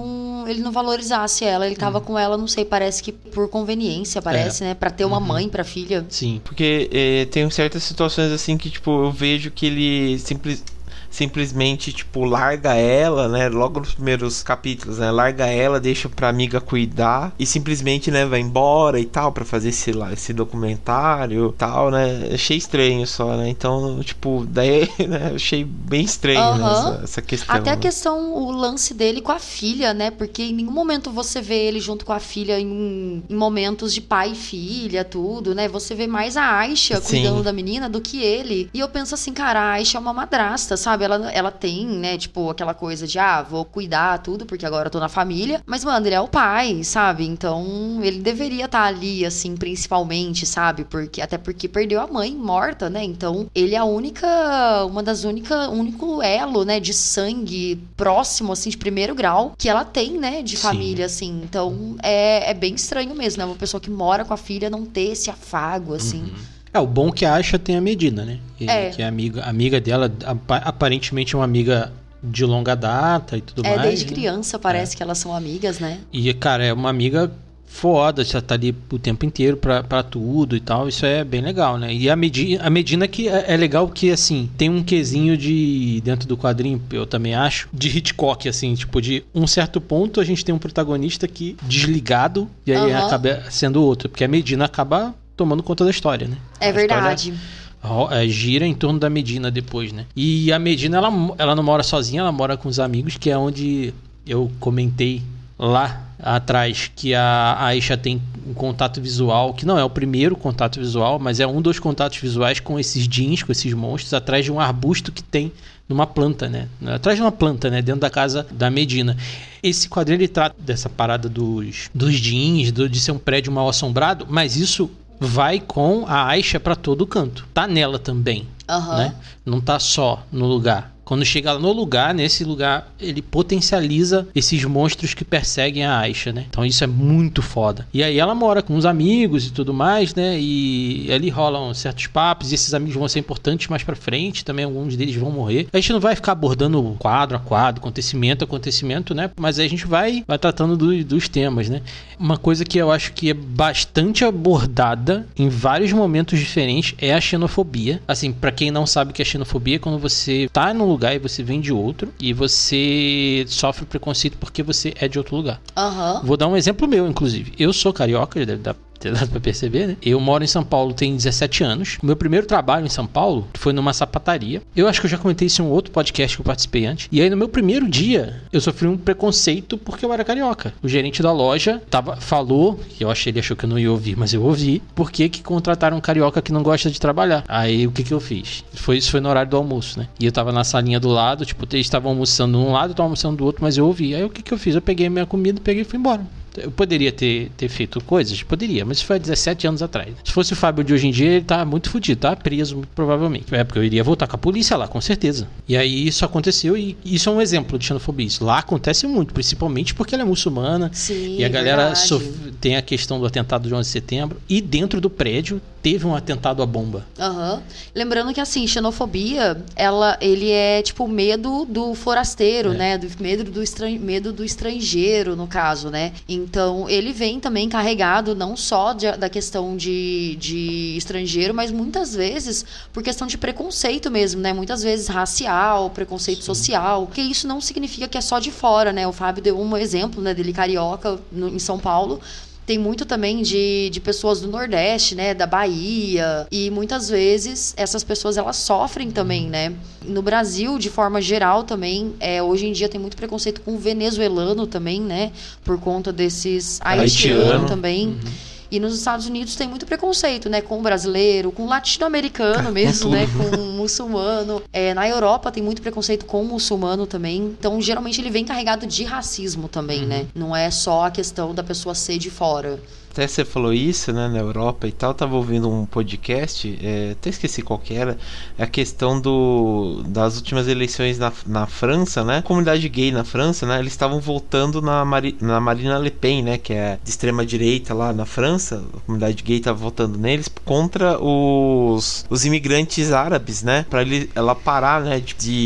não, ele não valorizasse ela. Ele tava uhum. com ela, não sei, parece que por conveniência, parece, é. né? Pra ter uma uhum. mãe pra filha. Sim. Porque é, tem certas situações assim que, tipo, eu vejo que ele simples, simplesmente, tipo, larga ela, né? Logo nos primeiros capítulos, né? Larga ela, deixa pra amiga cuidar e simplesmente, né, vai embora e tal, pra fazer esse, esse documentário e tal, né? Achei estranho só, né? Então, tipo, daí, né? Achei bem estranho, uhum. né? essa, essa questão. Até a né? questão, o lance dele com a filha, né? Porque em nenhum momento você vê ele junto com a filha em, em momentos de pai e filha, tudo, né? Você vê mais a Aisha Sim. cuidando da menina do que ele. E eu penso assim, cara, a Aisha é uma madrasta, sabe? Ela, ela tem, né, tipo, aquela coisa de, ah, vou cuidar tudo, porque agora eu tô na família. Mas, mano, ele é o pai, sabe? Então, ele deveria estar ali, assim, principalmente, sabe? Porque, até porque perdeu a mãe morta, né? Então, ele é a única, uma das únicas, único elo, né, de sangue próximo, assim, de primeiro grau, que ela tem, né, de família, Sim. assim. Então, é, é bem estranho mesmo, né? Uma pessoa que mora com a filha não ter esse afago, assim. Uhum. É, o bom que a Aisha tem a Medina, né? E, é. Que é amiga, amiga dela, aparentemente é uma amiga de longa data e tudo é, mais. É, desde né? criança parece é. que elas são amigas, né? E, cara, é uma amiga foda, já tá ali o tempo inteiro pra, pra tudo e tal, isso é bem legal, né? E a Medina, a Medina que é, é legal que, assim, tem um quesinho de, dentro do quadrinho, eu também acho, de Hitchcock, assim, tipo, de um certo ponto a gente tem um protagonista que desligado e aí uhum. acaba sendo outro, porque a Medina acaba tomando conta da história, né? É a verdade. História gira em torno da Medina depois, né? E a Medina, ela, ela não mora sozinha, ela mora com os amigos, que é onde eu comentei lá atrás que a Aisha tem um contato visual, que não é o primeiro contato visual, mas é um dos contatos visuais com esses jeans, com esses monstros, atrás de um arbusto que tem numa planta, né? Atrás de uma planta, né? Dentro da casa da Medina. Esse quadrinho, ele trata dessa parada dos, dos jeans, do, de ser um prédio mal assombrado, mas isso vai com a Aisha pra todo canto. Tá nela também, uhum. né? Não tá só no lugar. Quando chega no lugar, nesse lugar, ele potencializa esses monstros que perseguem a Aisha, né? Então isso é muito foda. E aí ela mora com os amigos e tudo mais, né? E ali rolam certos papos, e esses amigos vão ser importantes mais pra frente, também alguns deles vão morrer. A gente não vai ficar abordando quadro a quadro, acontecimento a acontecimento, né? Mas aí a gente vai, vai tratando do, dos temas, né? Uma coisa que eu acho que é bastante abordada em vários momentos diferentes é a xenofobia. Assim, pra quem não sabe o que é xenofobia, é quando você tá num lugar e você vem de outro e você sofre preconceito porque você é de outro lugar. Uhum. Vou dar um exemplo meu, inclusive. Eu sou carioca, já deve dar ter dado pra perceber, né? Eu moro em São Paulo tem dezessete anos. O meu primeiro trabalho em São Paulo foi numa sapataria. Eu acho que eu já comentei isso em um outro podcast que eu participei antes. E aí no meu primeiro dia, eu sofri um preconceito porque eu era carioca. O gerente da loja tava, falou, que eu achei, ele achou que eu não ia ouvir, mas eu ouvi, por que que contrataram um carioca que não gosta de trabalhar. Aí o que que eu fiz? Foi, isso foi no horário do almoço, né? E eu tava na salinha do lado, tipo, eles estavam almoçando de um lado, eu tava almoçando do outro, mas eu ouvi. Aí o que que eu fiz? Eu peguei minha comida, peguei e fui embora. Eu poderia ter, ter feito coisas? Poderia, mas isso foi há dezessete anos atrás. Se fosse o Fábio de hoje em dia, ele tá muito fodido, tá preso, muito provavelmente. É porque eu iria voltar com a polícia lá, com certeza. E aí isso aconteceu e isso é um exemplo de xenofobia. Isso lá acontece muito, principalmente porque ela é muçulmana. Sim, e a galera sof... tem a questão do atentado de onze de setembro. E dentro do prédio teve um atentado à bomba. Uhum. Lembrando que, assim, xenofobia, ela, ele é tipo medo do forasteiro, é. né? Do, medo, do estran... medo do estrangeiro, no caso, né? Então, ele vem também carregado não só de, da questão de, de estrangeiro, mas muitas vezes por questão de preconceito mesmo, né? Muitas vezes racial, preconceito Sim. social, porque isso não significa que é só de fora, né? O Fábio deu um exemplo, né, dele carioca no, em São Paulo. Tem muito também de, de pessoas do Nordeste, né? Da Bahia. E muitas vezes essas pessoas, elas sofrem também, né? No Brasil, de forma geral também, é, hoje em dia tem muito preconceito com o venezuelano também, né? Por conta desses haitianos Haitiano. também. Uhum. E nos Estados Unidos tem muito preconceito, né? Com o brasileiro, com o latino-americano mesmo, né? Com o muçulmano. É, na Europa tem muito preconceito com o muçulmano também. Então, geralmente, ele vem carregado de racismo também, uhum. né? Não é só a questão da pessoa ser de fora. Até você falou isso, né, na Europa e tal, eu tava ouvindo um podcast, é, até esqueci qual que era, é a questão do, das últimas eleições na, na França, né, a comunidade gay na França, né, eles estavam votando na, Mari, na Marine Le Pen, né, que é de extrema direita lá na França, a comunidade gay tava votando neles contra os, os imigrantes árabes, né, pra ele, ela parar, né, de,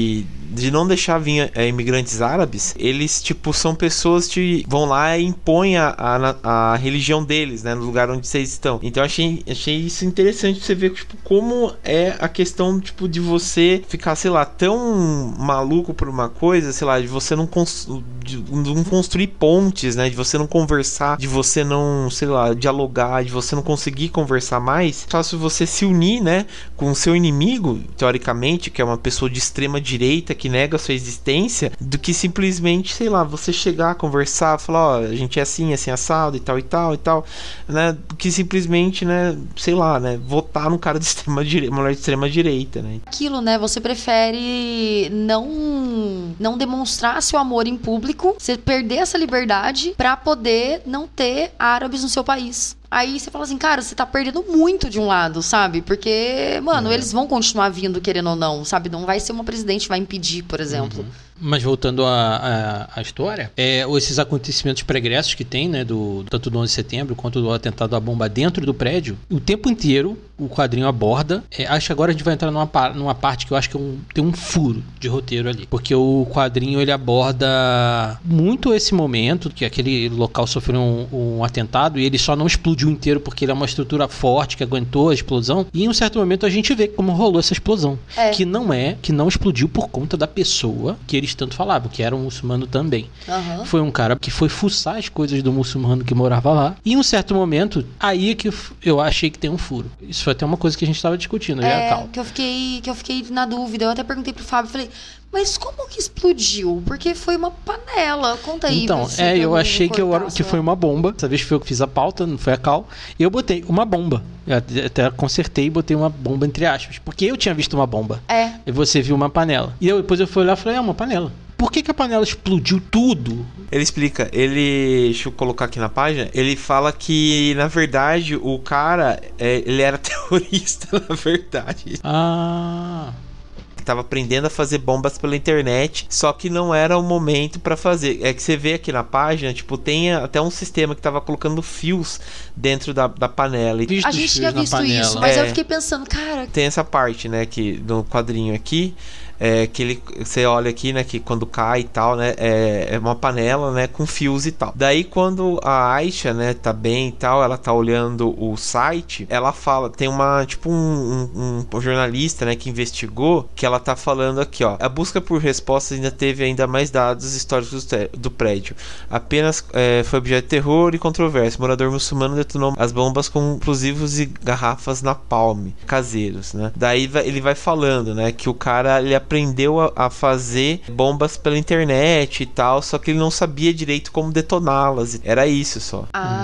de não deixar vir é, imigrantes árabes, eles, tipo, são pessoas que vão lá e impõem a, a, a religião deles, né, no lugar onde vocês estão. Então eu achei, achei isso interessante, você ver, tipo, como é a questão, tipo, de você ficar, sei lá, tão maluco por uma coisa, sei lá, de você não, cons- de não construir pontes, né, de você não conversar, de você não, sei lá, dialogar, de você não conseguir conversar mais. É fácil você se unir, né, com o seu inimigo, teoricamente, que é uma pessoa de extrema direita que nega a sua existência, do que simplesmente, sei lá, você chegar, conversar, falar, ó, a gente é assim, assim, assado e tal e tal e tal, né, do que simplesmente, né, sei lá, né, votar num cara de extrema direita, mulher de extrema direita, né. Aquilo, né, você prefere não, não demonstrar seu amor em público, você perder essa liberdade pra poder não ter árabes no seu país. Aí você fala assim, cara, você tá perdendo muito de um lado, sabe? Porque, mano, é. eles vão continuar vindo, querendo ou não, sabe? Não vai ser uma presidente que vai impedir, por exemplo. Uhum. Mas voltando à história, é, esses acontecimentos pregressos que tem, né, do, tanto do onze de setembro quanto do atentado à bomba dentro do prédio, o tempo inteiro o quadrinho aborda, é, acho que agora a gente vai entrar numa, numa parte que eu acho que é um, tem um furo de roteiro ali, porque o quadrinho ele aborda muito esse momento, que aquele local sofreu um, um atentado e ele só não explodiu inteiro porque ele é uma estrutura forte que aguentou a explosão, e em um certo momento a gente vê como rolou essa explosão, é. que não é, que não explodiu por conta da pessoa que eles tanto falavam, que era um muçulmano também. Uhum. Foi um cara que foi fuçar as coisas do muçulmano que morava lá, e em um certo momento, aí é que eu achei que tem um furo. Isso foi até uma coisa que a gente estava discutindo, é, já, calma. Que eu fiquei, que eu fiquei na dúvida, eu até perguntei pro Fábio, falei, mas como que explodiu? Porque foi uma panela, conta aí. Então, é, eu achei que, eu, que foi uma bomba, dessa vez foi eu que fiz a pauta, não foi a Cal, e eu botei uma bomba, eu até consertei e botei uma bomba entre aspas, porque eu tinha visto uma bomba, é. e você viu uma panela, e eu, depois eu fui olhar e falei, é uma panela. Por que que a panela explodiu tudo? Ele explica, ele, deixa eu colocar aqui na página, ele fala que, na verdade, o cara, é, ele era terrorista, na verdade. Ah... Tava aprendendo a fazer bombas pela internet, só que não era o momento pra fazer. É que você vê aqui na página, tipo, tem até um sistema que tava colocando fios dentro da, da panela. E a gente tinha visto isso, mas é. eu fiquei pensando, cara... Tem essa parte, né, que no quadrinho aqui, é, que ele, você olha aqui, né, que quando cai e tal, né, é, é uma panela, né, com fios e tal. Daí quando a Aisha, né, tá bem e tal, ela tá olhando o site, ela fala, tem uma, tipo um, um, um jornalista, né, que investigou, que ela tá falando aqui, ó, a busca por respostas ainda teve ainda mais dados históricos do, do prédio. Apenas é, foi objeto de terror e controvérsia. O morador muçulmano detonou as bombas com explosivos e garrafas napalm caseiros, né. Daí ele vai falando, né, que o cara, ele aprendeu a, a fazer bombas pela internet e tal, só que ele não sabia direito como detoná-las. Era isso só.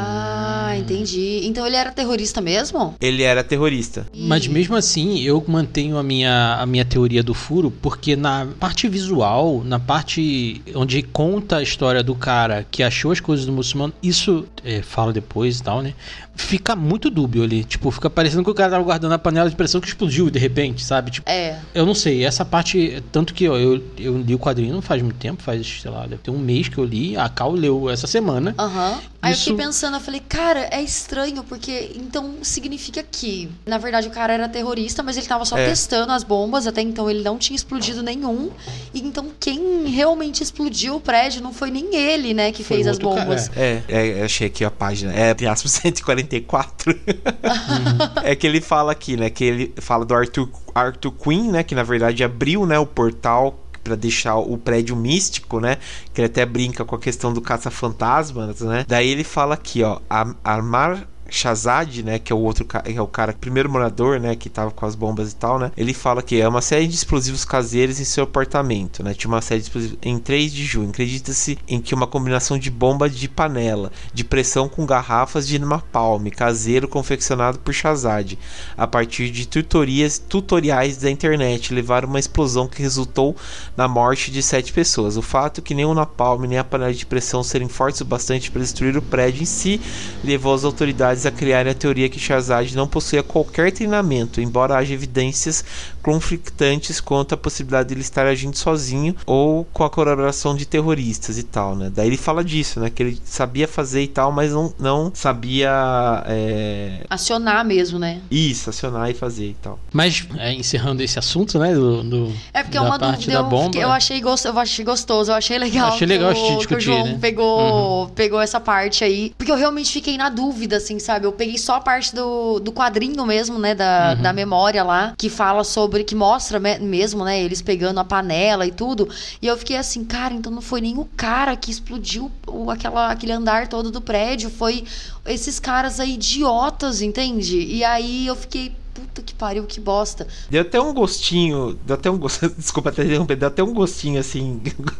Ah, hum. entendi. Então ele era terrorista mesmo? Ele era terrorista. Mas mesmo assim, eu mantenho a minha, a minha teoria do furo, porque na parte visual, na parte onde conta a história do cara que achou as coisas do muçulmano, isso, é, fala depois e tal, né? Fica muito dúbio ali. Tipo, fica parecendo que o cara tava guardando a panela de pressão que explodiu de repente, sabe? Tipo, é. Eu não sei, essa parte, tanto que ó, eu, eu li o quadrinho não faz muito tempo, faz, sei lá, deve ter um mês que eu li, a Cal leu essa semana. Aham. Uhum. Aí isso... eu fiquei pensando, eu falei, cara, é estranho, porque então significa que, na verdade, o cara era terrorista, mas ele tava só é. testando as bombas, até então ele não tinha explodido nenhum. E então quem realmente explodiu o prédio não foi nem ele, né, que foi fez as bombas. Cara. É, é, é, achei aqui a página, é, entre aspas, cento e quarenta e quatro. Uhum. É que ele fala aqui, né, que ele fala do Arthur, Arthur Quinn, né, que na verdade abriu, né, o portal pra deixar o prédio místico, né? Que ele até brinca com a questão do caça-fantasmas, né? Daí ele fala aqui, ó, Ammar Shahzad, né, que é o outro que é o cara, primeiro morador, né, que tava com as bombas e tal, né, ele fala que é uma série de explosivos caseiros em seu apartamento, né, tinha uma série de explosivos em três de junho, acredita-se em que uma combinação de bomba de panela, de pressão com garrafas de napalm caseiro confeccionado por Shahzad, a partir de tutorias, tutoriais da internet, levaram uma explosão que resultou na morte de sete pessoas. O fato é que nem o napalm nem a panela de pressão serem fortes o bastante para destruir o prédio em si, levou as autoridades eles a criarem a teoria que Shahzad não possuía qualquer treinamento, embora haja evidências conflitantes quanto à possibilidade de ele estar agindo sozinho ou com a colaboração de terroristas e tal, né? Daí ele fala disso, né? Que ele sabia fazer e tal, mas não, não sabia... É... acionar mesmo, né? Isso, acionar e fazer e tal. Mas, é, encerrando esse assunto, né? Do, do, é porque da é uma parte dúvida, da eu, bomba. fiquei, eu, achei gostoso, eu achei gostoso, eu achei legal. Achei legal que, o, discutir, que o João né? pegou, Uhum. pegou essa parte aí. Porque eu realmente fiquei na dúvida, assim, sabe? Eu peguei só a parte do, do quadrinho mesmo, né? Da, uhum. da memória lá, que fala sobre, que mostra mesmo, né? Eles pegando a panela e tudo. E eu fiquei assim, cara, então não foi nem o cara que explodiu o, aquela, aquele andar todo do prédio, foi esses caras aí idiotas, entende? E aí eu fiquei, puta que pariu, que bosta. Deu até um gostinho, deu até um gosto, desculpa até interromper, deu até um gostinho assim,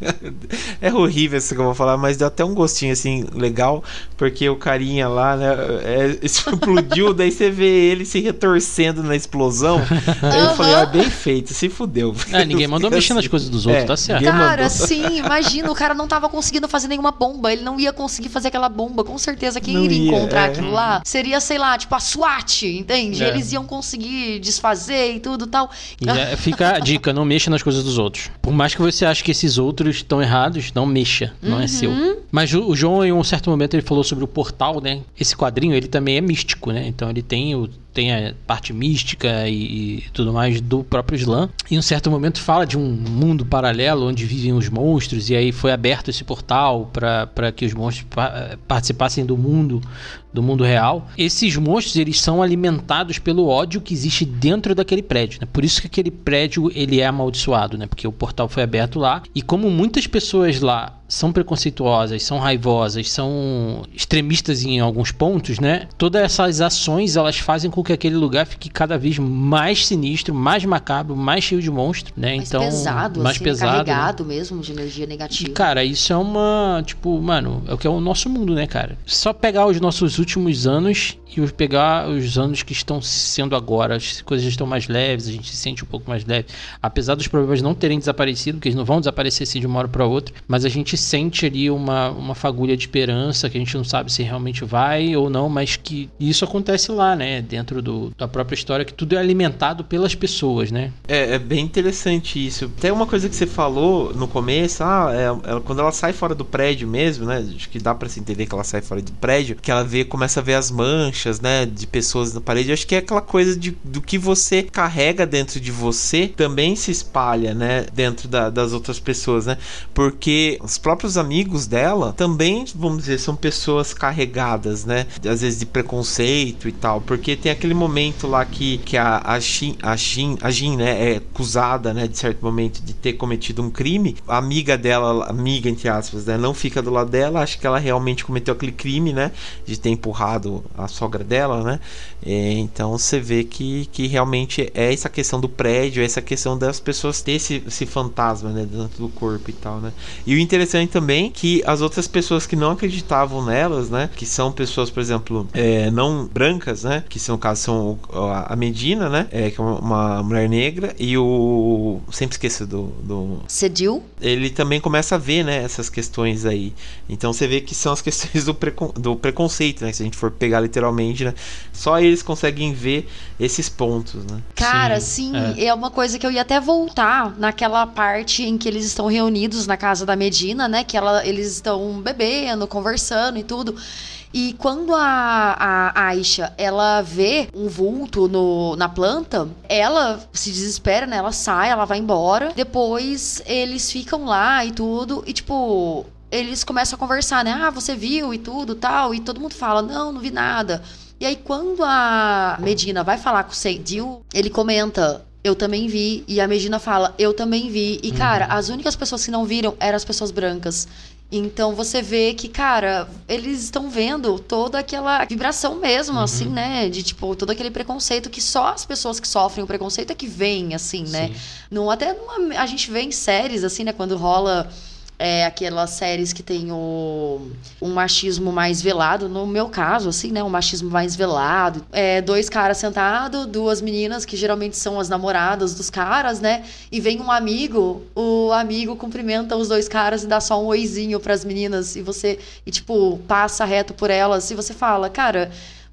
é horrível isso que eu vou falar, mas deu até um gostinho assim, legal, porque o carinha lá, né, é, explodiu, daí você vê ele se retorcendo na explosão, aí eu falei, ah, bem feito, se fudeu. É, ninguém mandou mexer assim, nas coisas dos outros, é, tá certo. Cara, sim, imagina, o cara não tava conseguindo fazer nenhuma bomba, ele não ia conseguir fazer aquela bomba, com certeza quem não iria encontrar é. aquilo lá seria, sei lá, tipo a SWAT, entende? É. Eles iam conseguir conseguir desfazer e tudo tal. E é, fica a dica, não mexa nas coisas dos outros. Por mais que você ache que esses outros estão errados, não mexa, não uhum. é seu. Mas o, o João, em um certo momento, ele falou sobre o portal, né? Esse quadrinho, ele também é místico, né? Então ele tem o tem a parte mística e, e tudo mais do próprio Islã. Em um certo momento fala de um mundo paralelo onde vivem os monstros, e aí foi aberto esse portal para que os monstros pa- participassem do mundo do mundo real. Esses monstros, eles são alimentados pelo ódio que existe dentro daquele prédio, né? Por isso que aquele prédio, ele é amaldiçoado, né? Porque o portal foi aberto lá, e como muitas pessoas lá são preconceituosas, são raivosas, são extremistas em alguns pontos, né? Todas essas ações, elas fazem com que aquele lugar fique cada vez mais sinistro, mais macabro, mais cheio de monstros, né? Mais então, pesado, mais assim, pesado, carregado, né? mesmo de energia negativa. E, cara, isso é uma, tipo, mano, é o que é o nosso mundo, né, cara? Só pegar os nossos últimos anos e pegar os anos que estão sendo agora, as coisas estão mais leves, a gente se sente um pouco mais leve, apesar dos problemas não terem desaparecido, porque eles não vão desaparecer assim de uma hora para outra, mas a gente sente ali uma, uma fagulha de esperança, que a gente não sabe se realmente vai ou não, mas que isso acontece lá, né, dentro do, da própria história, que tudo é alimentado pelas pessoas, né. É, é bem interessante isso. Tem uma coisa que você falou no começo, ah, é, é, quando ela sai fora do prédio mesmo, né, acho que dá pra se entender que ela sai fora do prédio, que ela vê, começa a ver as manchas, né, de pessoas na parede. Acho que é aquela coisa de, do que você carrega dentro de você também se espalha, né, dentro da, das outras pessoas, né, porque os próprios amigos dela também, vamos dizer, são pessoas carregadas, né, às vezes de preconceito e tal, porque tem aquele momento lá que, que a, a Jin, a Jin, a Jin, né, é acusada, né, de certo momento de ter cometido um crime. A amiga dela, amiga entre aspas, né, não fica do lado dela, acha que ela realmente cometeu aquele crime, né, de ter empurrado a sogra dela, né, é, então você vê que, que realmente é essa questão do prédio, é essa questão das pessoas ter esse, esse fantasma, né, dentro do corpo e tal, né. E o interessante também que as outras pessoas que não acreditavam nelas, né, que são pessoas, por exemplo, é, não brancas, né, que são, no caso, são a Medina, né, é, que é uma mulher negra, e o... sempre esqueço do... do... Cedil. Ele também começa a ver, né, essas questões aí. Então você vê que são as questões do, precon... do preconceito, né, se a gente for pegar literalmente, né, só eles conseguem ver esses pontos, né. Cara, sim, sim é. é uma coisa que eu ia até voltar naquela parte em que eles estão reunidos na casa da Medina, né, que ela, eles estão bebendo, conversando e tudo. E quando a, a Aisha, ela vê um vulto no, na planta, ela se desespera, né? Ela sai, ela vai embora. Depois, eles ficam lá e tudo. E, tipo, eles começam a conversar, né? Ah, você viu e tudo, tal. E todo mundo fala, não, não vi nada. E aí, quando a Medina vai falar com o Cedil, ele comenta... Eu também vi. E a Medina fala, eu também vi. E, cara, uhum. as únicas pessoas que não viram eram as pessoas brancas. Então, você vê que, cara, eles estão vendo toda aquela vibração mesmo, uhum. assim, né? De, tipo, todo aquele preconceito que só as pessoas que sofrem o preconceito é que veem, assim, né? Não, até numa, a gente vê em séries, assim, né? Quando rola... É, aquelas séries que tem o um machismo mais velado, no meu caso, assim, né, um machismo mais velado, é, dois caras sentados, duas meninas que geralmente são as namoradas dos caras, né, e vem um amigo, o amigo cumprimenta os dois caras e dá só um oizinho pras meninas, e você, e tipo, passa reto por elas, e você fala, cara...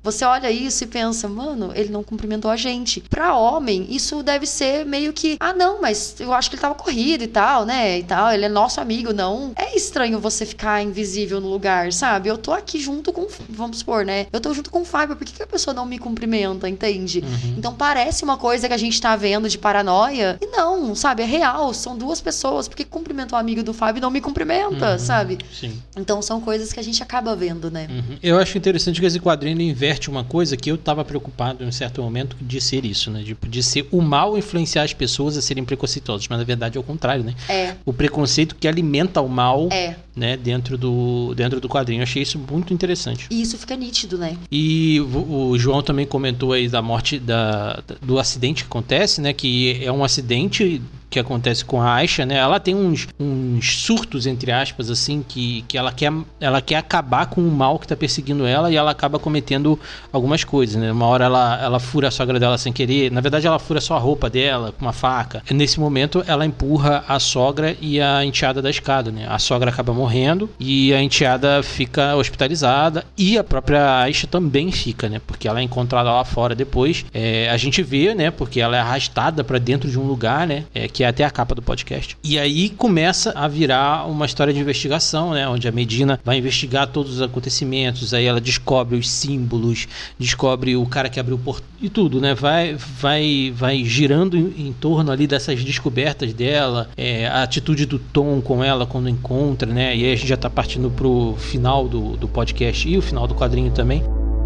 você olha isso e pensa, mano, ele não cumprimentou a gente. Pra homem, isso deve ser meio que, ah, não, mas eu acho que ele tava corrido e tal, né, e tal, ele é nosso amigo, não. É estranho você ficar invisível no lugar, sabe? Eu tô aqui junto com, vamos supor, né, eu tô junto com o Fábio, por que, que a pessoa não me cumprimenta, entende? Uhum. Então parece uma coisa que a gente tá vendo de paranoia, e não, sabe, é real, são duas pessoas, por que cumprimenta o amigo do Fábio e não me cumprimenta, Uhum. sabe? Sim. Então são coisas que a gente acaba vendo, né? Uhum. Eu acho interessante que esse quadrinho ele inverte uma coisa que eu tava preocupado em um certo momento de ser isso, né? De, de ser o mal influenciar as pessoas a serem preconceituosas, mas na verdade é o contrário, né? É. O preconceito que alimenta o mal, É. né, dentro do, dentro do quadrinho. Eu achei isso muito interessante. E isso fica nítido, né? E o, o João também comentou aí da morte, da, do acidente que acontece, né? Que é um acidente que acontece com a Aisha, né? Ela tem uns, uns surtos, entre aspas, assim, que, que ela, quer, ela quer acabar com o mal que tá perseguindo ela e ela acaba cometendo algumas coisas, né? Uma hora ela, ela fura a sogra dela sem querer. Na verdade, ela fura só a roupa dela com uma faca. Nesse momento, ela empurra a sogra e a enteada da escada, né? A sogra acaba morrendo e a enteada fica hospitalizada e a própria Aisha também fica, né? Porque ela é encontrada lá fora depois. É, a gente vê, né? Porque ela é arrastada pra dentro de um lugar, né? É, que é até a capa do podcast. E aí começa a virar uma história de investigação, né? Onde a Medina vai investigar todos os acontecimentos, aí ela descobre os símbolos, descobre o cara que abriu o portão e tudo, né? Vai, vai, vai girando em, em torno ali dessas descobertas dela, é, a atitude do Tom com ela quando encontra, né? E aí a gente já tá partindo pro final do, do podcast e o final do quadrinho também.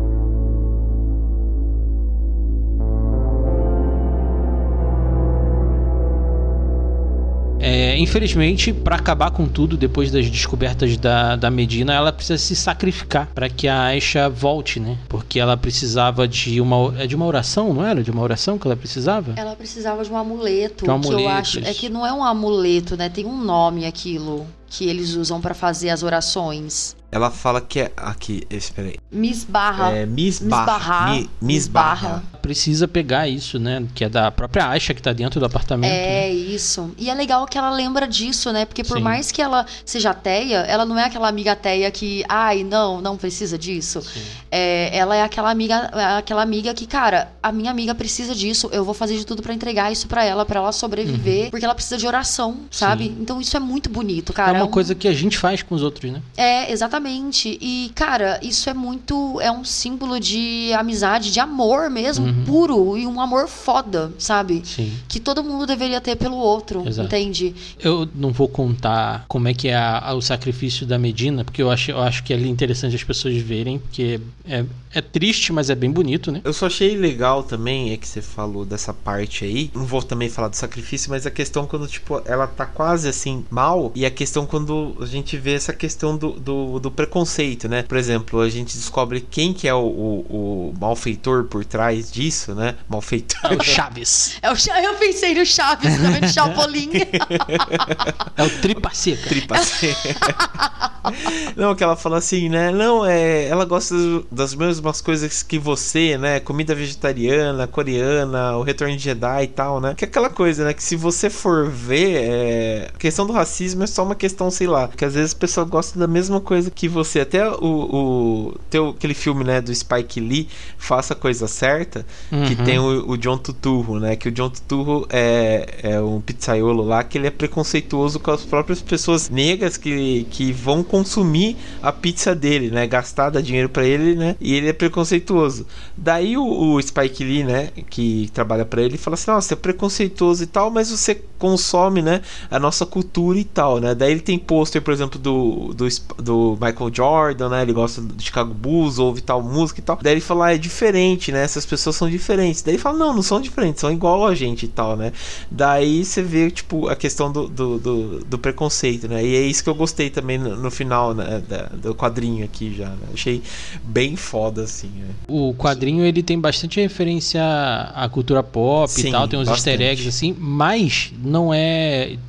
É, infelizmente, para acabar com tudo, depois das descobertas da, da Medina, ela precisa se sacrificar para que a Aisha volte, né? Porque ela precisava de uma, é de uma oração, não era? De uma oração que ela precisava? Ela precisava de um amuleto, De um amuleto, que eu acho... isso. É que não é um amuleto, né? Tem um nome aquilo que eles usam pra fazer as orações. Ela fala que é... Aqui, espera aí. Misbarra. É Misbarra. Mi- Misbarra. Precisa pegar isso, né? Que é da própria Aisha que tá dentro do apartamento. É, né? isso. E é legal que ela lembra disso, né? Porque por Sim. mais que ela seja ateia, ela não é aquela amiga ateia que, ai, não, não precisa disso. É, ela é aquela amiga, aquela amiga que, cara, a minha amiga precisa disso, eu vou fazer de tudo pra entregar isso pra ela, pra ela sobreviver, Uhum. porque ela precisa de oração, sabe? Sim. Então isso é muito bonito, cara. É uma um... coisa que a gente faz com os outros, né? É, exatamente. E, cara, isso é muito... É um símbolo de amizade, de amor mesmo, Uhum. puro. E um amor foda, sabe? Sim. Que todo mundo deveria ter pelo outro, Exato. entende? Eu não vou contar como é que é a, a, o sacrifício da Medina, porque eu acho, eu acho que é ali interessante as pessoas verem, porque é, é triste, mas é bem bonito, né? Eu só achei legal também, é que você falou dessa parte aí. Não vou também falar do sacrifício, mas a questão quando, tipo, ela tá quase assim, mal. E a questão quando a gente vê essa questão do, do, do preconceito, né? Por exemplo, a gente descobre quem que é o, o, o malfeitor por trás disso, né? Malfeitor. É o Chaves. É o Cha- Eu pensei no Chaves, também de Chapolin. É o Tripa Seca. Tripa seca. Não, que ela fala assim, né? Não, é, ela gosta das mesmas coisas que você, né? Comida vegetariana, coreana, o Retorno de Jedi e tal, né? Que é aquela coisa, né? Que se você for ver, é... a questão do racismo é só uma questão, sei lá, que às vezes a pessoa gosta da mesma coisa que você. Até o, o teu, aquele filme, né, do Spike Lee, Faça a Coisa Certa, Uhum. que tem o, o John Turturro, né? Que o John Turturro é, é um pizzaiolo lá que ele é preconceituoso com as próprias pessoas negras que, que vão consumir a pizza dele, né? Gastar, dar dinheiro pra ele, né? E ele é preconceituoso. Daí o, o Spike Lee, né? Que trabalha pra ele, fala assim: nossa, você é preconceituoso e tal, mas você consome, né? A nossa cultura e tal, né? Daí ele tem pôster, por exemplo, do, do, do Michael Jordan, né? Ele gosta do Chicago Bulls, ouve tal música e tal. Daí ele fala: ah, é diferente, né? Essas pessoas são diferentes. Daí ele fala: não, não são diferentes, são igual a gente e tal, né? Daí você vê, tipo, a questão do, do, do, do preconceito, né? E é isso que eu gostei também no, no final, né? Da, do quadrinho aqui já, né? Achei bem foda, assim, né? O quadrinho, ele tem bastante referência à cultura pop Sim, e tal, tem uns bastante. easter eggs assim, mas não é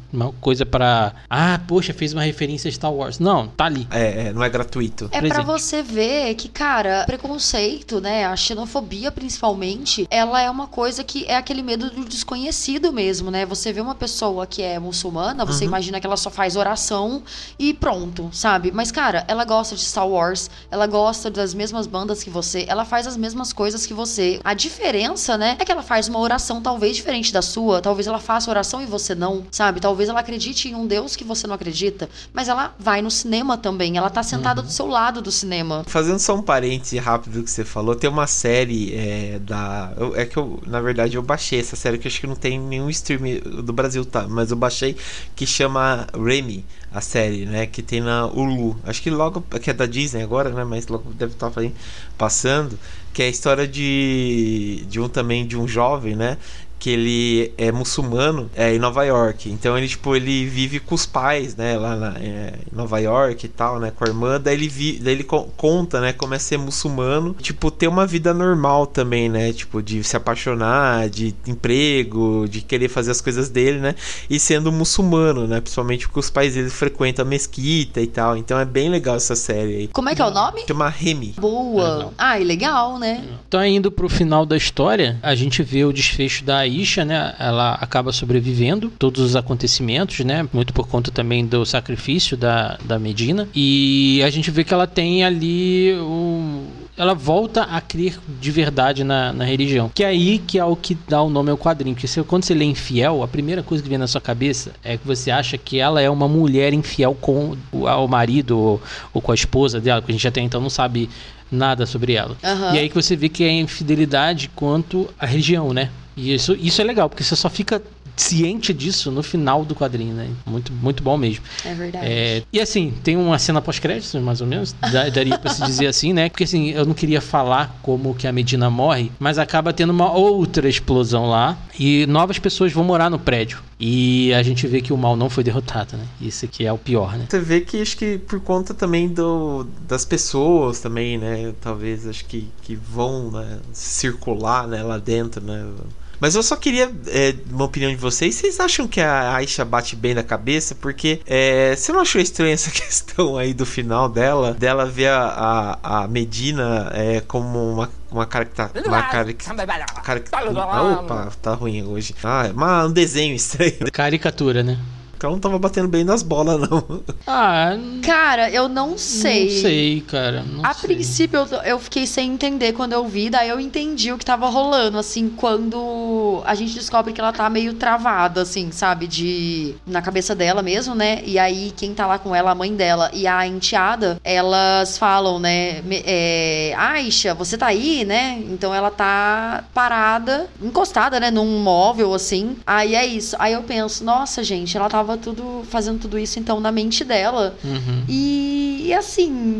uma coisa pra... Ah, poxa, fez uma referência a Star Wars. Não, tá ali. É, é não é gratuito. É Presente. pra você ver que, cara, preconceito, né, a xenofobia principalmente, ela é uma coisa que é aquele medo do desconhecido mesmo, né? Você vê uma pessoa que é muçulmana, você Uhum. imagina que ela só faz oração e pronto, sabe? Mas, cara, ela gosta de Star Wars, ela gosta das mesmas bandas que você, ela faz as mesmas coisas que você. A diferença, né, é que ela faz uma oração talvez diferente da sua, talvez ela faça oração e você não, sabe? Talvez ela acredite em um Deus que você não acredita, mas ela vai no cinema também, ela tá sentada Uhum. do seu lado do cinema. Fazendo só um parêntese rápido do que você falou, tem uma série é, da... eu- é que eu, na verdade, eu baixei essa série, que eu acho que não tem nenhum stream do Brasil, tá? Mas eu baixei, que chama Remy, a série, né? Que tem na Hulu. Acho que logo... que é da Disney agora, né? Mas logo deve estar passando. Que é a história de... de um também, de um jovem, né? Que ele é muçulmano é, em Nova York. Então ele, tipo, ele vive com os pais, né? Lá na, é, em Nova York e tal, né? Com a irmã. Daí ele, vi, daí ele co- conta, né? Como é ser muçulmano. Tipo, ter uma vida normal também, né? Tipo, de se apaixonar, de emprego, de querer fazer as coisas dele, né? E sendo muçulmano, né? Principalmente porque os pais dele frequentam a mesquita e tal. Então é bem legal essa série aí. Como é que é o nome? Chama Remy. Boa. Legal. Ah, e legal, né? Então, indo pro final da história, a gente vê o desfecho da Aisha, né? Ela acaba sobrevivendo todos os acontecimentos, né? Muito por conta também do sacrifício da, da Medina. E a gente vê que ela tem ali um... ela volta a crer de verdade na, na religião. Que é aí que é o que dá o nome ao quadrinho. Porque se, quando você lê infiel, a primeira coisa que vem na sua cabeça é que você acha que ela é uma mulher infiel com o, ao marido ou, ou com a esposa dela, que a gente até então não sabe nada sobre ela. Aham. E aí que você vê que é infidelidade quanto à religião, né? E isso, isso é legal, porque você só fica ciente disso no final do quadrinho, né? Muito, muito bom mesmo. É verdade. É, e assim, tem uma cena pós-créditos, mais ou menos, da- daria pra se dizer assim, né? Porque assim, eu não queria falar como que a Medina morre, mas acaba tendo uma outra explosão lá e novas pessoas vão morar no prédio. E a gente vê que o mal não foi derrotado, né? Isso aqui é o pior, né? Você vê que acho que por conta também do, das pessoas também, né? Talvez acho que, que vão, né, circular, né, lá dentro, né? Mas eu só queria é, uma opinião de vocês. Vocês acham que a Aisha bate bem na cabeça? Porque é, você não achou estranha essa questão aí do final dela? Dela ver a, a, a Medina é, como uma uma caracta, uma caric, caric, opa, tá ruim hoje. Ah, uma, um desenho estranho. Caricatura, né? Ela não tava batendo bem nas bolas, não. Ah, n- Cara, eu não sei. não sei, cara. Não A sei. princípio eu, eu fiquei sem entender quando eu vi, daí eu entendi o que tava rolando, assim, quando a gente descobre que ela tá meio travada, assim, sabe, de na cabeça dela mesmo, né? E aí quem tá lá com ela, a mãe dela e a enteada, elas falam, né, me- é, Aisha, você tá aí, né? Então ela tá parada, encostada, né, num móvel, assim. Aí é isso. Aí eu penso, nossa, gente, ela tava tudo fazendo tudo isso então na mente dela. Uhum. E, e assim.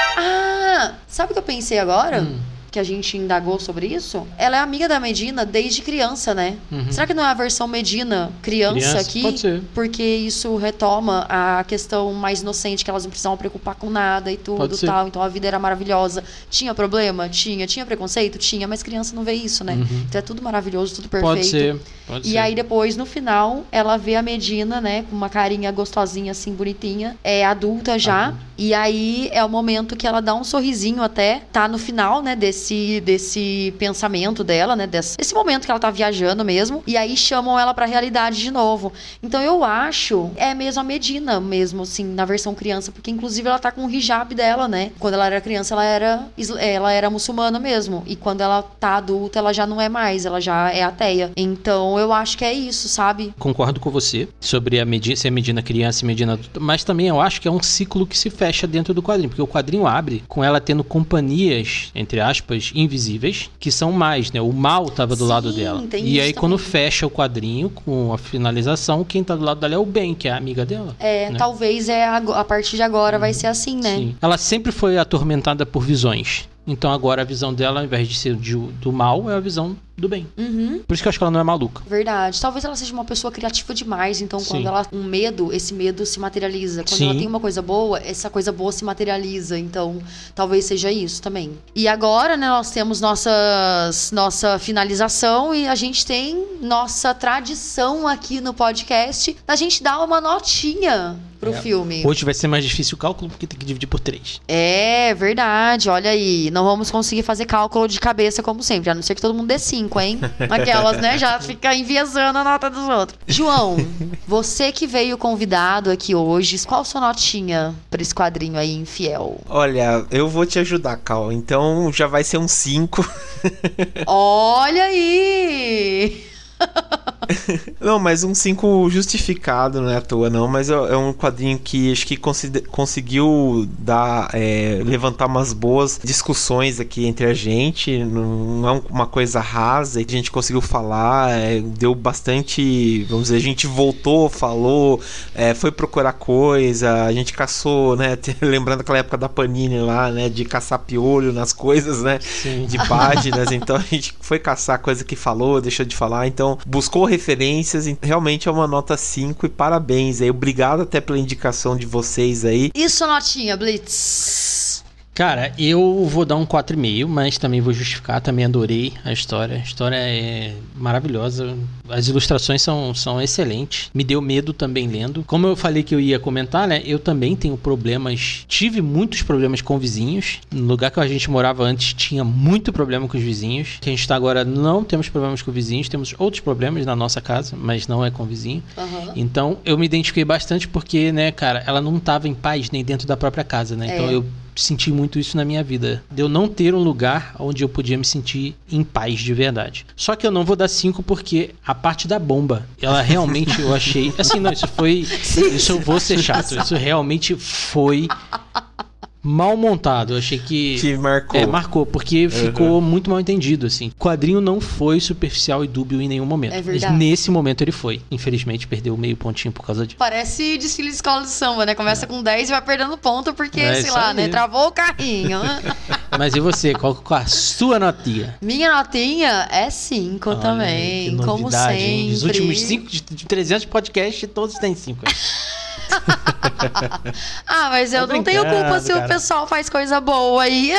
Ah! Sabe o que eu pensei agora? Hum. Que a gente indagou sobre isso? Ela é amiga da Medina desde criança, né? Uhum. Será que não é a versão Medina criança, Criança? aqui? Pode ser. Porque isso retoma a questão mais inocente, que elas não precisavam preocupar com nada e tudo Pode ser. tal. Então a vida era maravilhosa. Tinha problema? Tinha. Tinha preconceito? Tinha. Mas criança não vê isso, né? Uhum. Então é tudo maravilhoso, tudo perfeito. Pode ser. Pode E ser. aí depois, no final, ela vê a Medina, né, com uma carinha gostosinha, assim, bonitinha, é adulta já, Adulta. e aí é o momento que ela dá um sorrisinho até, tá no final, né, desse, desse pensamento dela, né, desse, desse momento que ela tá viajando mesmo, e aí chamam ela pra realidade de novo. Então eu acho, é mesmo a Medina mesmo, assim, na versão criança, porque inclusive ela tá com o hijab dela, né, quando ela era criança ela era, isla- ela era muçulmana mesmo, e quando ela tá adulta ela já não é mais, ela já é ateia. Então eu acho que é isso, sabe? Concordo com você sobre a Medina, ser Medina criança e Medina adulta, mas também eu acho que é um ciclo que se fecha dentro do quadrinho, porque o quadrinho abre com ela tendo companhias, entre aspas, invisíveis, que são mais, né? O mal tava do Sim, lado dela. tem E isso aí quando também. fecha o quadrinho, com a finalização, quem tá do lado dela é o Ben, que é a amiga dela. É, né? talvez é a, a partir de agora vai ser assim, né? Sim. Ela sempre foi atormentada por visões. Então agora a visão dela, ao invés de ser de, do mal, é a visão do bem. Uhum. Por isso que eu acho que ela não é maluca. Verdade. Talvez ela seja uma pessoa criativa demais, então Sim. quando ela um medo, esse medo se materializa. Quando Sim. ela tem uma coisa boa, essa coisa boa se materializa. Então, talvez seja isso também. E agora, né, nós temos nossas, nossa finalização e a gente tem nossa tradição aqui no podcast da gente dar uma notinha pro É. filme. Hoje vai ser mais difícil o cálculo porque tem que dividir por três. É verdade, olha aí. Não vamos conseguir fazer cálculo de cabeça como sempre, a não ser que todo mundo dê cinco, hein? Aquelas, né? Já fica enviesando a nota dos outros. João, você que veio convidado aqui hoje, qual sua notinha pra esse quadrinho aí, Infiel? Olha, eu vou te ajudar, Cal. Então já vai ser um cinco. Olha aí! Não, mas um cinco justificado, não é à toa não, mas é, é um quadrinho que acho que consi- conseguiu dar, é, levantar umas boas discussões aqui entre a gente, não é uma coisa rasa, a gente conseguiu falar, é, deu bastante, vamos dizer, a gente voltou, falou, é, foi procurar coisa, a gente caçou, né, lembrando aquela época da Panini lá, né, de caçar piolho nas coisas, né, Sim. de páginas, então a gente foi caçar coisa que falou, deixou de falar, então buscou referências, realmente é uma nota cinco e parabéns aí, obrigado até pela indicação de vocês aí. E sua notinha, Blitz? Cara, eu vou dar um quatro e meio, mas também vou justificar, também adorei a história. A história é maravilhosa, as ilustrações são, são excelentes. Me deu medo também lendo. Como eu falei que eu ia comentar, né, eu também tenho problemas, tive muitos problemas com vizinhos. No lugar que a gente morava antes tinha muito problema com os vizinhos. Que a gente tá agora, não temos problemas com vizinhos, temos outros problemas na nossa casa, mas não é com vizinho. Uhum. Então eu me identifiquei bastante porque, né, cara, ela não tava em paz nem dentro da própria casa, né? Então É. eu senti muito isso na minha vida, de eu não ter um lugar onde eu podia me sentir em paz de verdade. Só que eu não vou dar cinco porque a parte da bomba, ela realmente eu achei, assim, não, isso foi, isso eu vou ser chato, isso realmente foi mal montado. Eu achei que Que marcou. É, marcou, porque Uhum. ficou muito mal entendido, assim. O quadrinho não foi superficial e dúbio em nenhum momento. É Mas verdade. nesse momento ele foi. Infelizmente, perdeu meio pontinho por causa disso. Parece desfile de escola de samba, né? Começa com dez e vai perdendo ponto porque, É sei isso lá, aí. né? Travou o carrinho. Mas e você? Qual, qual a sua notinha? Minha notinha é cinco Olha também, aí, que como novidade, sempre. hein? Dos últimos cinco, de, de trezentos podcasts, todos têm cinco. Ah, mas eu Tô não tenho culpa brincando, se o cara. pessoal faz coisa boa aí.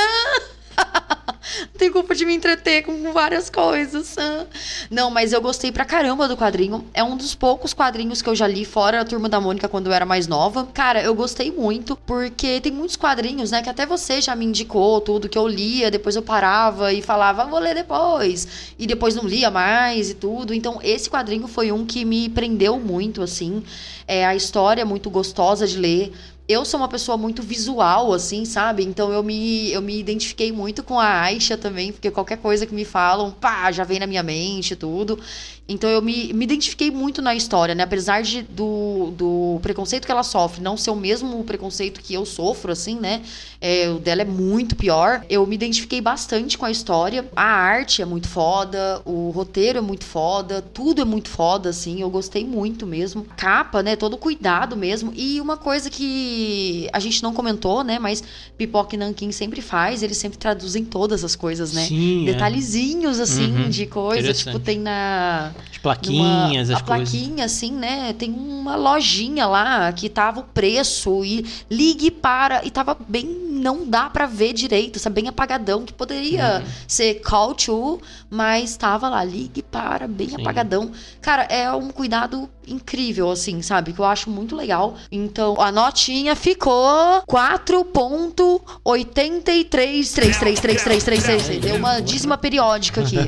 Não tenho culpa de me entreter com várias coisas. Ah. Não, mas eu gostei pra caramba do quadrinho. É um dos poucos quadrinhos que eu já li, fora a Turma da Mônica, quando eu era mais nova. Cara, eu gostei muito, porque tem muitos quadrinhos, né, que até você já me indicou tudo, que eu lia, depois eu parava e falava, vou ler depois. E depois não lia mais e tudo. Então, esse quadrinho foi um que me prendeu muito, assim. É, a história é muito gostosa de ler. Eu sou uma pessoa muito visual, assim, sabe? Então eu me, eu me identifiquei muito com a Aisha também, porque qualquer coisa que me falam, pá, já vem na minha mente e tudo. Então eu me, me identifiquei muito na história, né? Apesar de, do, do preconceito que ela sofre não ser o mesmo preconceito que eu sofro, assim, né? É, o dela é muito pior. Eu me identifiquei bastante com a história. A arte é muito foda, o roteiro é muito foda, tudo é muito foda, assim. Eu gostei muito mesmo. Capa, né? Todo cuidado mesmo. E uma coisa que a gente não comentou, né? Mas Pipoca e Nanquim sempre faz, eles sempre traduzem todas as coisas, né? Sim, é. Detalhezinhos, assim, Uhum, de coisa. interessante. Tipo, tem na... As plaquinhas, numa, as a coisas. plaquinha, assim, né? Tem uma lojinha lá que tava o preço e ligue para... E tava bem... Não dá pra ver direito, sabe? Bem apagadão, que poderia Uhum. ser call to, mas tava lá, ligue para, bem Sim. apagadão. Cara, é um cuidado incrível, assim, sabe? Que eu acho muito legal. Então, a notinha ficou quatro ponto oito três três três três três três três. Deu uma dízima periódica aqui.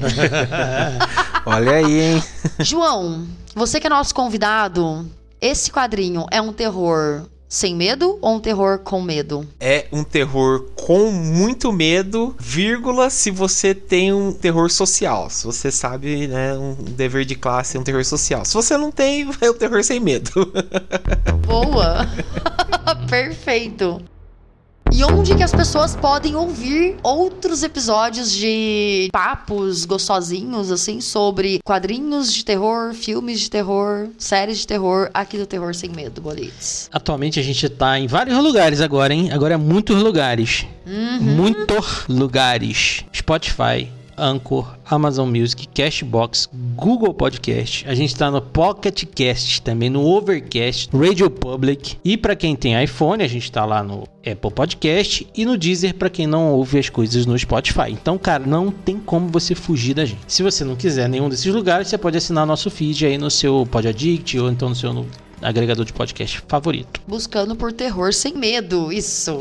Olha aí, hein? João, você que é nosso convidado, esse quadrinho é um terror sem medo ou um terror com medo? É um terror com muito medo, vírgula, se você tem um terror social. Se você sabe, né, um dever de classe é um terror social. Se você não tem, é um terror sem medo. Boa! Perfeito! E onde que as pessoas podem ouvir outros episódios de papos gostosinhos, assim, sobre quadrinhos de terror, filmes de terror, séries de terror, aqui do Terror Sem Medo, Bolites? Atualmente a gente tá em vários lugares agora, hein? Agora é muitos lugares. Uhum. Muitos lugares. Spotify, Anchor, Amazon Music, Cashbox, Google Podcast. A gente tá no Pocket Cast, também no Overcast, Radio Public. E para quem tem iPhone, a gente tá lá no Apple Podcast e no Deezer para quem não ouve as coisas no Spotify. Então, cara, não tem como você fugir da gente. Se você não quiser nenhum desses lugares, você pode assinar nosso feed aí no seu Pod Addict ou então no seu no agregador de podcast favorito. Buscando por Terror Sem Medo, isso.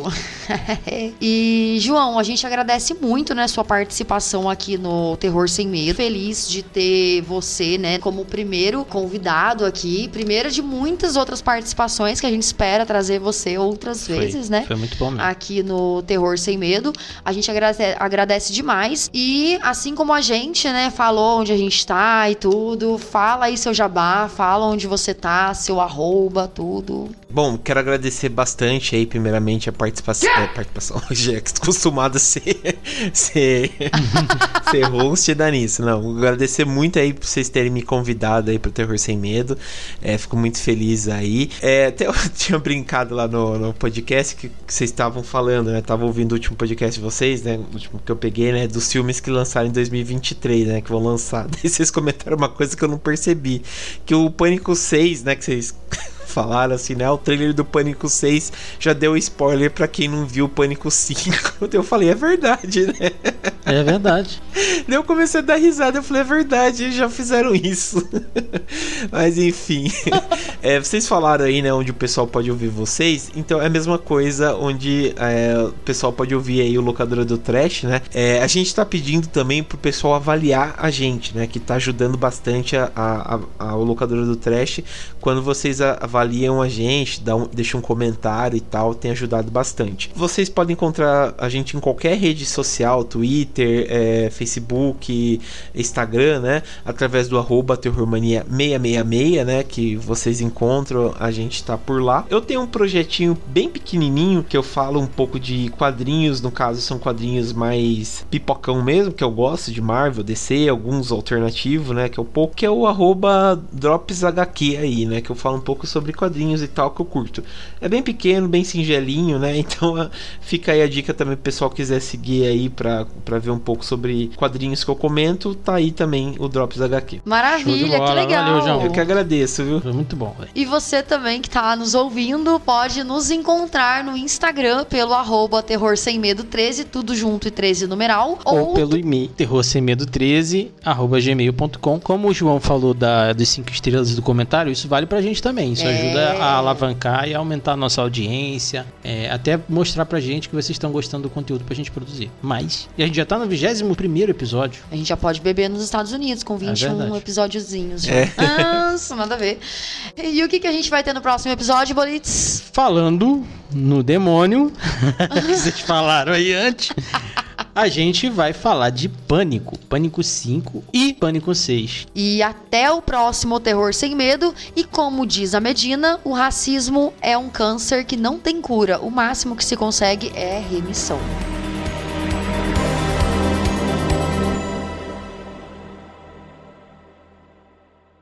E, João, a gente agradece muito, né, sua participação aqui no Terror Sem Medo. Feliz de ter você, né, como primeiro convidado aqui. Primeira de muitas outras participações que a gente espera trazer você outras Foi, vezes, né? Foi muito bom mesmo. Aqui no Terror Sem Medo. A gente agradece, agradece demais. E, assim como a gente, né, falou onde a gente tá e tudo, fala aí seu jabá, fala onde você tá, seu arroba, tudo. Bom, quero agradecer bastante aí, primeiramente, a participação. É, participação, já é acostumado a ser, ser, ser host da nisso. Não, agradecer muito aí por vocês terem me convidado aí pro Terror Sem Medo. É, fico muito feliz aí. É, até eu tinha brincado lá no, no podcast que, que vocês estavam falando, né? Tava ouvindo o último podcast de vocês, né? O último que eu peguei, né? Dos filmes que lançaram em dois mil e vinte e três, né? Que vão lançar. Daí vocês comentaram uma coisa que eu não percebi. Que o Pânico seis, né? Que vocês falaram assim, né? O trailer do Pânico seis já deu spoiler pra quem não viu o Pânico cinco. Eu falei, é verdade, né? É verdade. Daí eu comecei a dar risada, eu falei, é verdade, já fizeram isso. Mas enfim. É, vocês falaram aí, né, onde o pessoal pode ouvir vocês. Então é a mesma coisa onde é, o pessoal pode ouvir aí o Locadora do Trash, né? É, a gente tá pedindo também pro pessoal avaliar a gente, né? Que tá ajudando bastante a, a, a, o Locadora do Trash. Quando vocês avaliam a gente, dá um, deixam um comentário e tal, tem ajudado bastante. Vocês podem encontrar a gente em qualquer rede social, Twitter, é, Facebook, Instagram, né? Através do arroba terrormania seiscentos e sessenta e seis, né? Que vocês encontram, a gente tá por lá. Eu tenho um projetinho bem pequenininho que eu falo um pouco de quadrinhos, no caso são quadrinhos mais pipocão mesmo, que eu gosto de Marvel, D C, alguns alternativos, né? Que é o pouco, que é o arroba dropshq aí, né? Que eu falo um pouco sobre quadrinhos e tal, que eu curto. É bem pequeno, bem singelinho, né? Então fica aí a dica também pro pessoal que quiser seguir aí pra, pra ver um pouco sobre quadrinhos que eu comento, tá aí também o Drops H Q. Maravilha, que legal. Valeu, João. Eu que agradeço, viu? Foi muito bom, velho. E você também que tá nos ouvindo, pode nos encontrar no Instagram pelo arroba Terror Sem Medo treze, tudo junto e treze numeral. Ou, ou pelo e-mail, terror sem medo treze, arroba gmail ponto com. Como o João falou da, dos cinco estrelas do comentário, isso vale pra gente também. Isso É. ajuda a alavancar e aumentar a nossa audiência, é, até mostrar pra gente que vocês estão gostando do conteúdo pra gente produzir. Mas, e a gente já tá no vigésimo primeiro episódio. A gente já pode beber nos Estados Unidos com vinte e um verdade. episódiozinhos. Já. É. Nossa, nada a ver. E o que, que a gente vai ter no próximo episódio, Bolitz? Falando no demônio, que vocês falaram aí antes, a gente vai falar de Pânico, Pânico cinco e Pânico seis. E até o próximo Terror Sem Medo. E como diz a Medina, o racismo é um câncer que não tem cura. O máximo que se consegue é remissão.